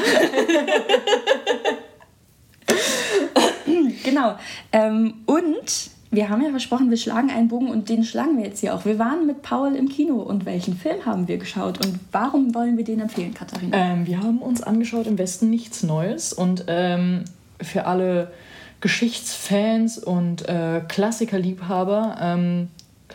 Genau. Und wir haben ja versprochen, wir schlagen einen Bogen und den schlagen wir jetzt hier auch. Wir waren mit Paul im Kino und welchen Film haben wir geschaut und warum wollen wir den empfehlen, Katharina? Wir haben uns angeschaut Im Westen nichts Neues und für alle Geschichtsfans und KlassikerliebhaberInnen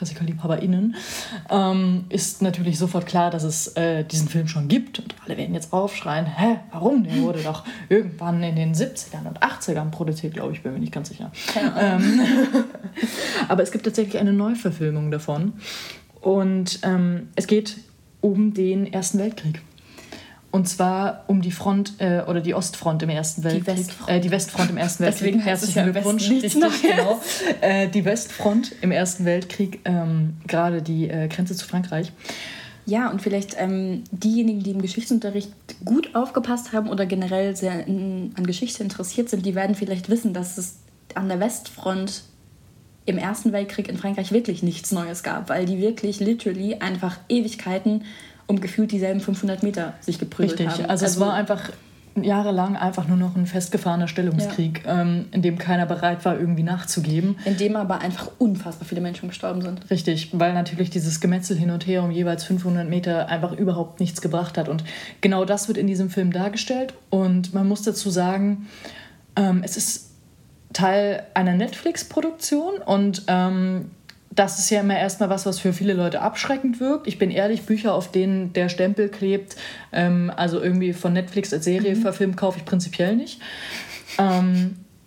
ist natürlich sofort klar, dass es diesen Film schon gibt. Und alle werden jetzt aufschreien, warum? Der wurde doch irgendwann in den 70ern und 80ern produziert, glaube ich, bin mir nicht ganz sicher. Aber es gibt tatsächlich eine Neuverfilmung davon. Und es geht um den Ersten Weltkrieg. Und zwar um die Front oder die Ostfront im Ersten Weltkrieg. Die Westfront im Ersten Weltkrieg. Deswegen herzlichen Glückwunsch. Richtig, genau. Die Westfront im Ersten Weltkrieg, gerade die Grenze zu Frankreich. Ja, und vielleicht diejenigen, die im Geschichtsunterricht gut aufgepasst haben oder generell sehr an Geschichte interessiert sind, die werden vielleicht wissen, dass es an der Westfront im Ersten Weltkrieg in Frankreich wirklich nichts Neues gab, weil die wirklich literally einfach Ewigkeiten um gefühlt dieselben 500 Meter sich geprügelt haben. Richtig, also es war einfach jahrelang einfach nur noch ein festgefahrener Stellungskrieg, in dem keiner bereit war, irgendwie nachzugeben. In dem aber einfach unfassbar viele Menschen gestorben sind. Richtig, weil natürlich dieses Gemetzel hin und her um jeweils 500 Meter einfach überhaupt nichts gebracht hat. Und genau das wird in diesem Film dargestellt. Und man muss dazu sagen, es ist Teil einer Netflix-Produktion und das ist ja immer erstmal was für viele Leute abschreckend wirkt. Ich bin ehrlich, Bücher, auf denen der Stempel klebt, also irgendwie von Netflix als Serie verfilmt, kaufe ich prinzipiell nicht.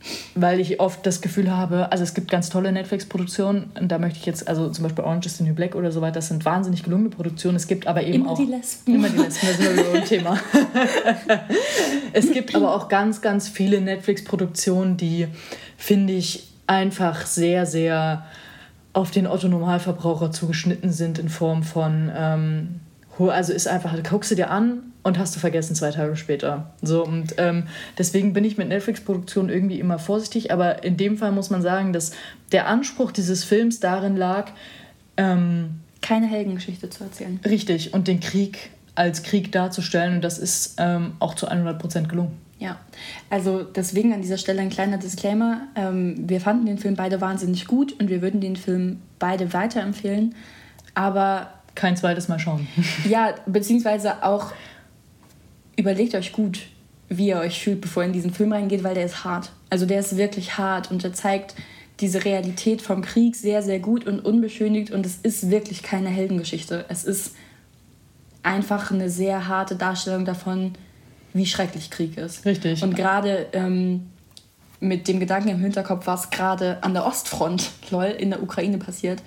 weil ich oft das Gefühl habe, also es gibt ganz tolle Netflix-Produktionen und da möchte ich jetzt, also zum Beispiel Orange is the New Black oder so weiter, das sind wahnsinnig gelungene Produktionen. Es gibt aber eben immer auch... die Lesben. Immer die Lesben, das ist immer wieder ein Thema. Es gibt aber auch ganz, ganz viele Netflix-Produktionen, die, finde ich, einfach sehr, sehr auf den Otto-Normalverbraucher zugeschnitten sind in Form von... also ist einfach, guckst du dir an und hast du vergessen 2 Tage später. So, und deswegen bin ich mit Netflix-Produktionen irgendwie immer vorsichtig, aber in dem Fall muss man sagen, dass der Anspruch dieses Films darin lag, keine Heldengeschichte zu erzählen. Richtig, und den Krieg als Krieg darzustellen und das ist auch zu 100% gelungen. Ja, also deswegen an dieser Stelle ein kleiner Disclaimer. Wir fanden den Film beide wahnsinnig gut und wir würden den Film beide weiterempfehlen, aber... Kein zweites Mal schauen. Ja, beziehungsweise auch überlegt euch gut, wie ihr euch fühlt, bevor ihr in diesen Film reingeht, weil der ist hart. Also der ist wirklich hart und der zeigt diese Realität vom Krieg sehr, sehr gut und unbeschönigt und es ist wirklich keine Heldengeschichte. Es ist einfach eine sehr harte Darstellung davon, wie schrecklich Krieg ist. Richtig. Und gerade mit dem Gedanken im Hinterkopf, was gerade an der Ostfront, in der Ukraine passiert,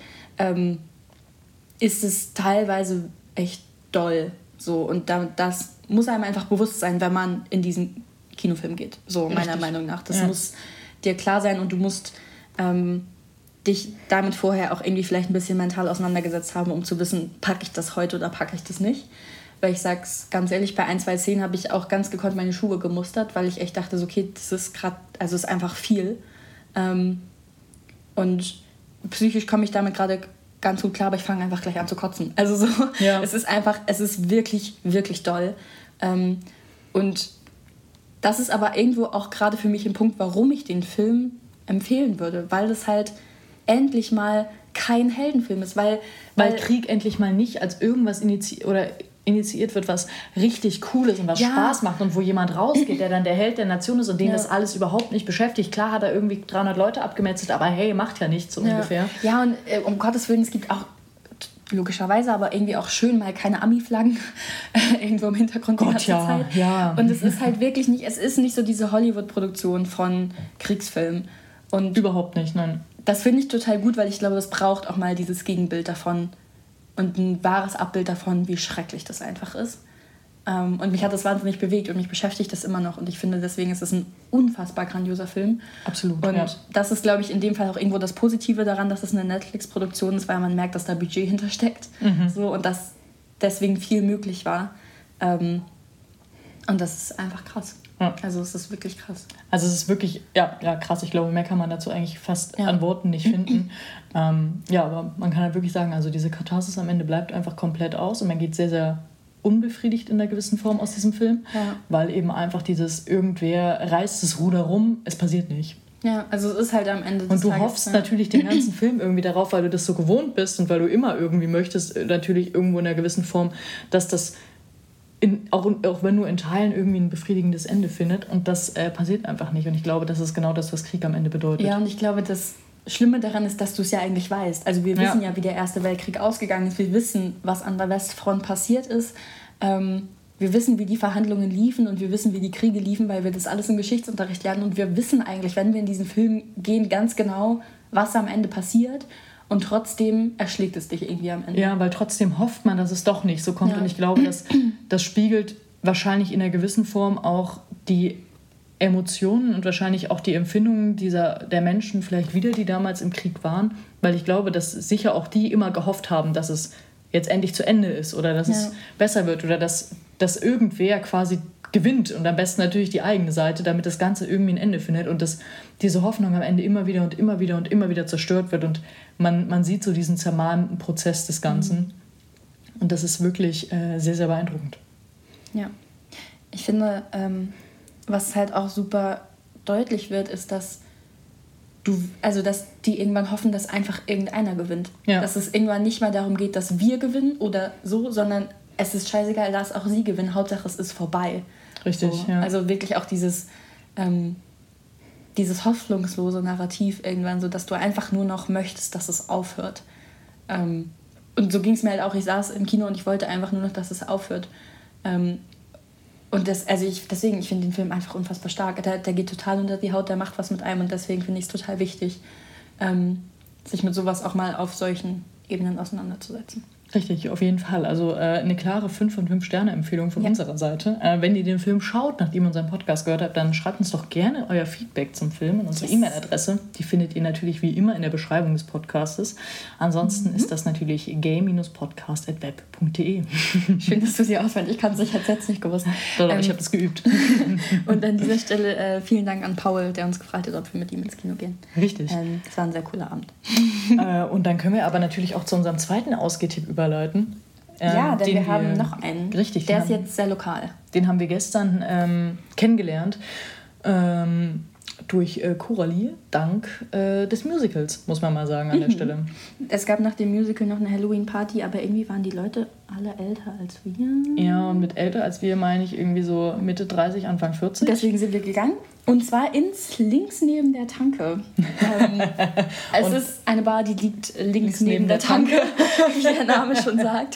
ist es teilweise echt doll. So. Und das muss einem einfach bewusst sein, wenn man in diesen Kinofilm geht. So meiner Meinung nach. Das muss dir klar sein und du musst dich damit vorher auch irgendwie vielleicht ein bisschen mental auseinandergesetzt haben, um zu wissen, packe ich das heute oder packe ich das nicht. Weil ich sag's ganz ehrlich, bei 1, 2 Szenen habe ich auch ganz gekonnt meine Schuhe gemustert, weil ich echt dachte, so, okay, das ist gerade, also ist einfach viel. Und psychisch komme ich damit gerade ganz gut klar, aber ich fange einfach gleich an zu kotzen. Also so, es ist wirklich, wirklich doll. Und das ist aber irgendwo auch gerade für mich ein Punkt, warum ich den Film empfehlen würde, weil es halt endlich mal kein Heldenfilm ist, weil Krieg endlich mal nicht als irgendwas initiiert wird, was richtig cool ist und was Spaß macht und wo jemand rausgeht, der dann der Held der Nation ist und den das alles überhaupt nicht beschäftigt. Klar hat er irgendwie 300 Leute abgemetzelt, aber hey, macht ja nichts so ungefähr. Ja, und um Gottes Willen, es gibt auch logischerweise, aber irgendwie auch schön mal keine Ami-Flaggen irgendwo im Hintergrund die ganze Zeit. Ja. Und es ist halt wirklich nicht, es ist nicht so diese Hollywood-Produktion von Kriegsfilmen. Und überhaupt nicht, nein. Das finde ich total gut, weil ich glaube, es braucht auch mal dieses Gegenbild davon und ein wahres Abbild davon, wie schrecklich das einfach ist. Und mich hat das wahnsinnig bewegt und mich beschäftigt das immer noch. Und ich finde, deswegen ist es ein unfassbar grandioser Film. Absolut, und das ist, glaube ich, in dem Fall auch irgendwo das Positive daran, dass es eine Netflix-Produktion ist, weil man merkt, dass da Budget hintersteckt. So, und dass deswegen viel möglich war. Und das ist einfach krass. Ja. Also es ist wirklich krass. Also es ist wirklich, krass. Ich glaube, mehr kann man dazu eigentlich fast an Worten nicht finden. Aber man kann halt wirklich sagen, also diese Katharsis am Ende bleibt einfach komplett aus und man geht sehr, sehr unbefriedigt in einer gewissen Form aus diesem Film, weil eben einfach dieses irgendwer reißt das Ruder rum, es passiert nicht. Ja, also es ist halt am Ende des Und du hoffst natürlich den ganzen Film irgendwie darauf, weil du das so gewohnt bist und weil du immer irgendwie möchtest, natürlich irgendwo in einer gewissen Form, dass das auch wenn nur in Teilen irgendwie ein befriedigendes Ende findet. Und das passiert einfach nicht. Und ich glaube, das ist genau das, was Krieg am Ende bedeutet. Ja, und ich glaube, das Schlimme daran ist, dass du es ja eigentlich weißt. Also wir wissen ja, wie der Erste Weltkrieg ausgegangen ist. Wir wissen, was an der Westfront passiert ist. Wir wissen, wie die Verhandlungen liefen und wir wissen, wie die Kriege liefen, weil wir das alles im Geschichtsunterricht lernen. Und wir wissen eigentlich, wenn wir in diesen Film gehen, ganz genau, was am Ende passiert. Und trotzdem erschlägt es dich irgendwie am Ende. Ja, weil trotzdem hofft man, dass es doch nicht so kommt. Ja. Und ich glaube, das spiegelt wahrscheinlich in einer gewissen Form auch die Emotionen und wahrscheinlich auch die Empfindungen der Menschen vielleicht wieder, die damals im Krieg waren. Weil ich glaube, dass sicher auch die immer gehofft haben, dass es jetzt endlich zu Ende ist oder dass es besser wird oder dass irgendwer quasi gewinnt und am besten natürlich die eigene Seite, damit das Ganze irgendwie ein Ende findet und dass diese Hoffnung am Ende immer wieder und immer wieder und immer wieder zerstört wird und man sieht so diesen zermalmenden Prozess des Ganzen und das ist wirklich sehr, sehr beeindruckend. Ja, ich finde, was halt auch super deutlich wird, ist, dass dass die irgendwann hoffen, dass einfach irgendeiner gewinnt. Ja. Dass es irgendwann nicht mehr darum geht, dass wir gewinnen oder so, sondern es ist scheißegal, dass auch sie gewinnen. Hauptsache, es ist vorbei. Richtig, so. Ja. Also wirklich auch dieses hoffnungslose Narrativ irgendwann, so dass du einfach nur noch möchtest, dass es aufhört. Und so ging es mir halt auch. Ich saß im Kino und ich wollte einfach nur noch, dass es aufhört. Und ich finde den Film einfach unfassbar stark. Der geht total unter die Haut, der macht was mit einem und deswegen finde ich es total wichtig, sich mit sowas auch mal auf solchen Ebenen auseinanderzusetzen. Richtig, auf jeden Fall. Also eine klare 5 von 5 Sterne-Empfehlung von unserer Seite. Wenn ihr den Film schaut, nachdem ihr unseren Podcast gehört habt, dann schreibt uns doch gerne euer Feedback zum Film in unsere E-Mail-Adresse. Die findet ihr natürlich wie immer in der Beschreibung des Podcastes. Ansonsten ist das natürlich game-podcast@web.de. Schön, dass du sie auswendig kannst. Ich hätte es jetzt nicht gewusst. Doch, ich habe das geübt. Und an dieser Stelle vielen Dank an Paul, der uns gefragt hat, ob wir mit ihm ins Kino gehen. Richtig. Es war ein sehr cooler Abend. Und dann können wir aber natürlich auch zu unserem zweiten Ausgehtipp überleiten. Ja, denn wir haben noch einen. Richtig. Der ist jetzt sehr lokal. Den haben wir gestern kennengelernt durch Coralie, dank des Musicals, muss man mal sagen an der Stelle. Es gab nach dem Musical noch eine Halloween-Party, aber irgendwie waren die Leute alle älter als wir. Ja, und mit älter als wir meine ich irgendwie so Mitte 30, Anfang 40. Deswegen sind wir gegangen. Und zwar links neben der Tanke. Es ist eine Bar, die liegt links neben der Tanke, wie der Name schon sagt.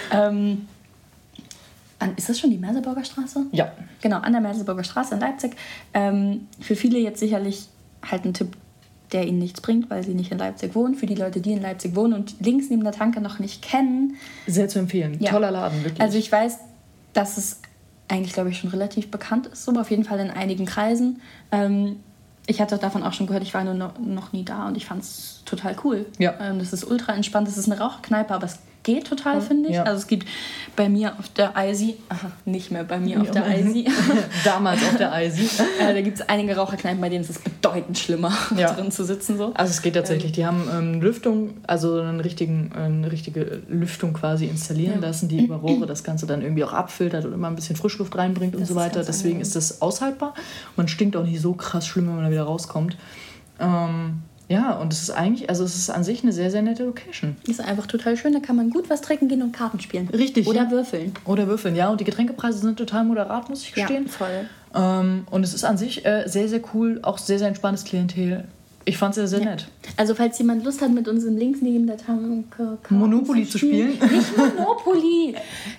Ist das schon die Merseburger Straße? Ja. Genau, an der Merseburger Straße in Leipzig. Für viele jetzt sicherlich halt ein Tipp, der ihnen nichts bringt, weil sie nicht in Leipzig wohnen. Für die Leute, die in Leipzig wohnen und links neben der Tanke noch nicht kennen. Sehr zu empfehlen. Ja. Toller Laden, wirklich. Also ich weiß, dass es eigentlich, glaube ich, schon relativ bekannt ist, so auf jeden Fall in einigen Kreisen. Ich hatte davon auch schon gehört, ich war nur noch nie da und ich fand es total cool. Ja. Das ist ultra entspannt, das ist eine Raucherkneipe, aber es geht total, finde ich. Ja. Also es gibt bei mir auf der Eisi, nicht mehr bei mir auf der Eisi. Damals auf der Eisi. Da gibt es einige Raucherkneipen, bei denen ist es bedeutend schlimmer, drin zu sitzen. So. Also es geht tatsächlich, die haben Lüftung, also eine richtige Lüftung quasi installieren lassen, die über Rohre das Ganze dann irgendwie auch abfiltert und immer ein bisschen Frischluft reinbringt und so weiter. Deswegen ist das aushaltbar. Man stinkt auch nicht so krass schlimm, wenn man da wieder rauskommt. Ja, und es ist eigentlich, also es ist an sich eine sehr, sehr nette Location. Ist einfach total schön, da kann man gut was trinken gehen und Karten spielen. Richtig. Oder würfeln. Oder würfeln, ja. Und die Getränkepreise sind total moderat, muss ich gestehen. Ja, voll. Und es ist an sich sehr, sehr cool, auch sehr, sehr entspanntes Klientel. Ich fand es sehr, sehr nett. Also falls jemand Lust hat, mit uns im links neben der Tanke Monopoly zu spielen. Nicht Monopoly!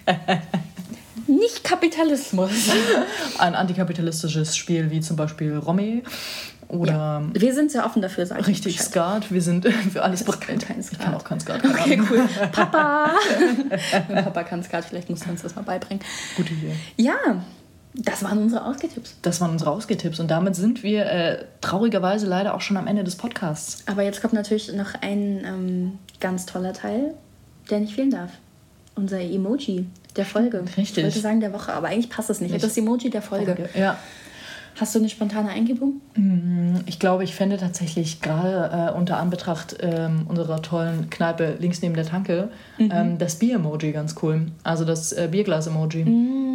Nicht Kapitalismus. Ein antikapitalistisches Spiel wie zum Beispiel Romy. Oder wir sind sehr offen dafür, sagen. Richtig, Skat. Wir sind für alles bereit. Ich kann auch kein Skat. Okay, cool. Papa! Mein Papa kann Skat, vielleicht muss er uns das mal beibringen. Gute Idee. Ja, das waren unsere Ausgehtipps. Und damit sind wir traurigerweise leider auch schon am Ende des Podcasts. Aber jetzt kommt natürlich noch ein ganz toller Teil, der nicht fehlen darf. Unser Emoji der Folge. Richtig. Ich wollte sagen der Woche, aber eigentlich passt es nicht. Das Emoji der Folge. Ja. Hast du eine spontane Eingebung? Ich glaube, ich fände tatsächlich gerade unter Anbetracht unserer tollen Kneipe links neben der Tanke das Bier-Emoji ganz cool. Also das Bierglas-Emoji.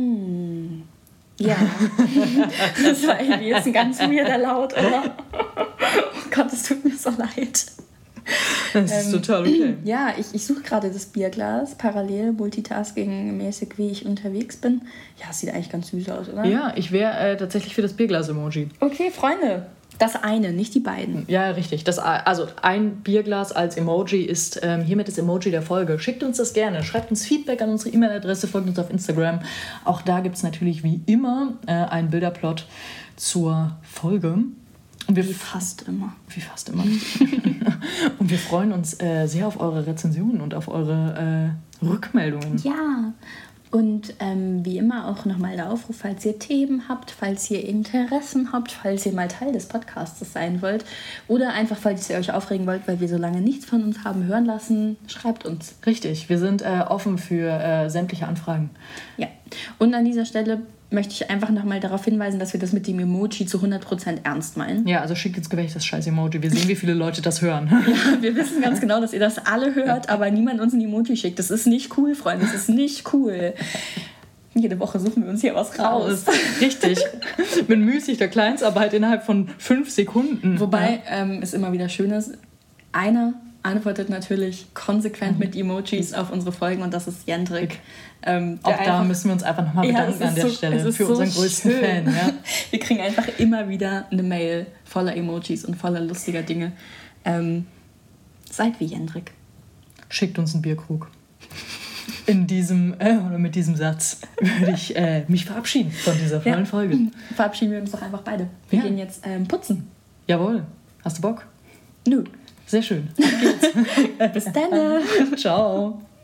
Ja. Das war irgendwie jetzt ein ganz weirder Laut, oder? Oh Gott, es tut mir so leid. Das ist total okay. Ja, ich suche gerade das Bierglas, parallel, multitasking-mäßig, wie ich unterwegs bin. Ja, es sieht eigentlich ganz süß aus, oder? Ja, ich wäre tatsächlich für das Bierglas-Emoji. Okay, Freunde. Das eine, nicht die beiden. Ja, richtig. Also ein Bierglas als Emoji ist hiermit das Emoji der Folge. Schickt uns das gerne. Schreibt uns Feedback an unsere E-Mail-Adresse, folgt uns auf Instagram. Auch da gibt es natürlich wie immer einen Bilderplot zur Folge. Wie fast immer. Und wir freuen uns sehr auf eure Rezensionen und auf eure Rückmeldungen. Ja, und wie immer auch nochmal der Aufruf, falls ihr Themen habt, falls ihr Interessen habt, falls ihr mal Teil des Podcasts sein wollt oder einfach, falls ihr euch aufregen wollt, weil wir so lange nichts von uns haben hören lassen, schreibt uns. Richtig, wir sind offen für sämtliche Anfragen. Ja, und an dieser Stelle möchte ich einfach nochmal darauf hinweisen, dass wir das mit dem Emoji zu 100% ernst meinen. Ja, also schickt ins Gewächt das scheiß Emoji. Wir sehen, wie viele Leute das hören. Ja, wir wissen ganz genau, dass ihr das alle hört, aber niemand uns ein Emoji schickt. Das ist nicht cool, Freunde. Das ist nicht cool. Jede Woche suchen wir uns hier was raus. Richtig. Mit müßiger Kleinstarbeit innerhalb von 5 Sekunden. Wobei es immer wieder schön ist, einer antwortet natürlich konsequent mit Emojis auf unsere Folgen und das ist Jendrik. Auch da müssen wir uns einfach nochmal bedanken an der Stelle für unseren größten Fan. Ja. Wir kriegen einfach immer wieder eine Mail voller Emojis und voller lustiger Dinge. Seid wie Jendrik. Schickt uns einen Bierkrug. mit diesem Satz würde ich mich verabschieden von dieser vollen Folge. Verabschieden wir uns doch einfach beide. Wir gehen jetzt putzen. Jawohl. Hast du Bock? Nö. Sehr schön. Bis dann. Ciao.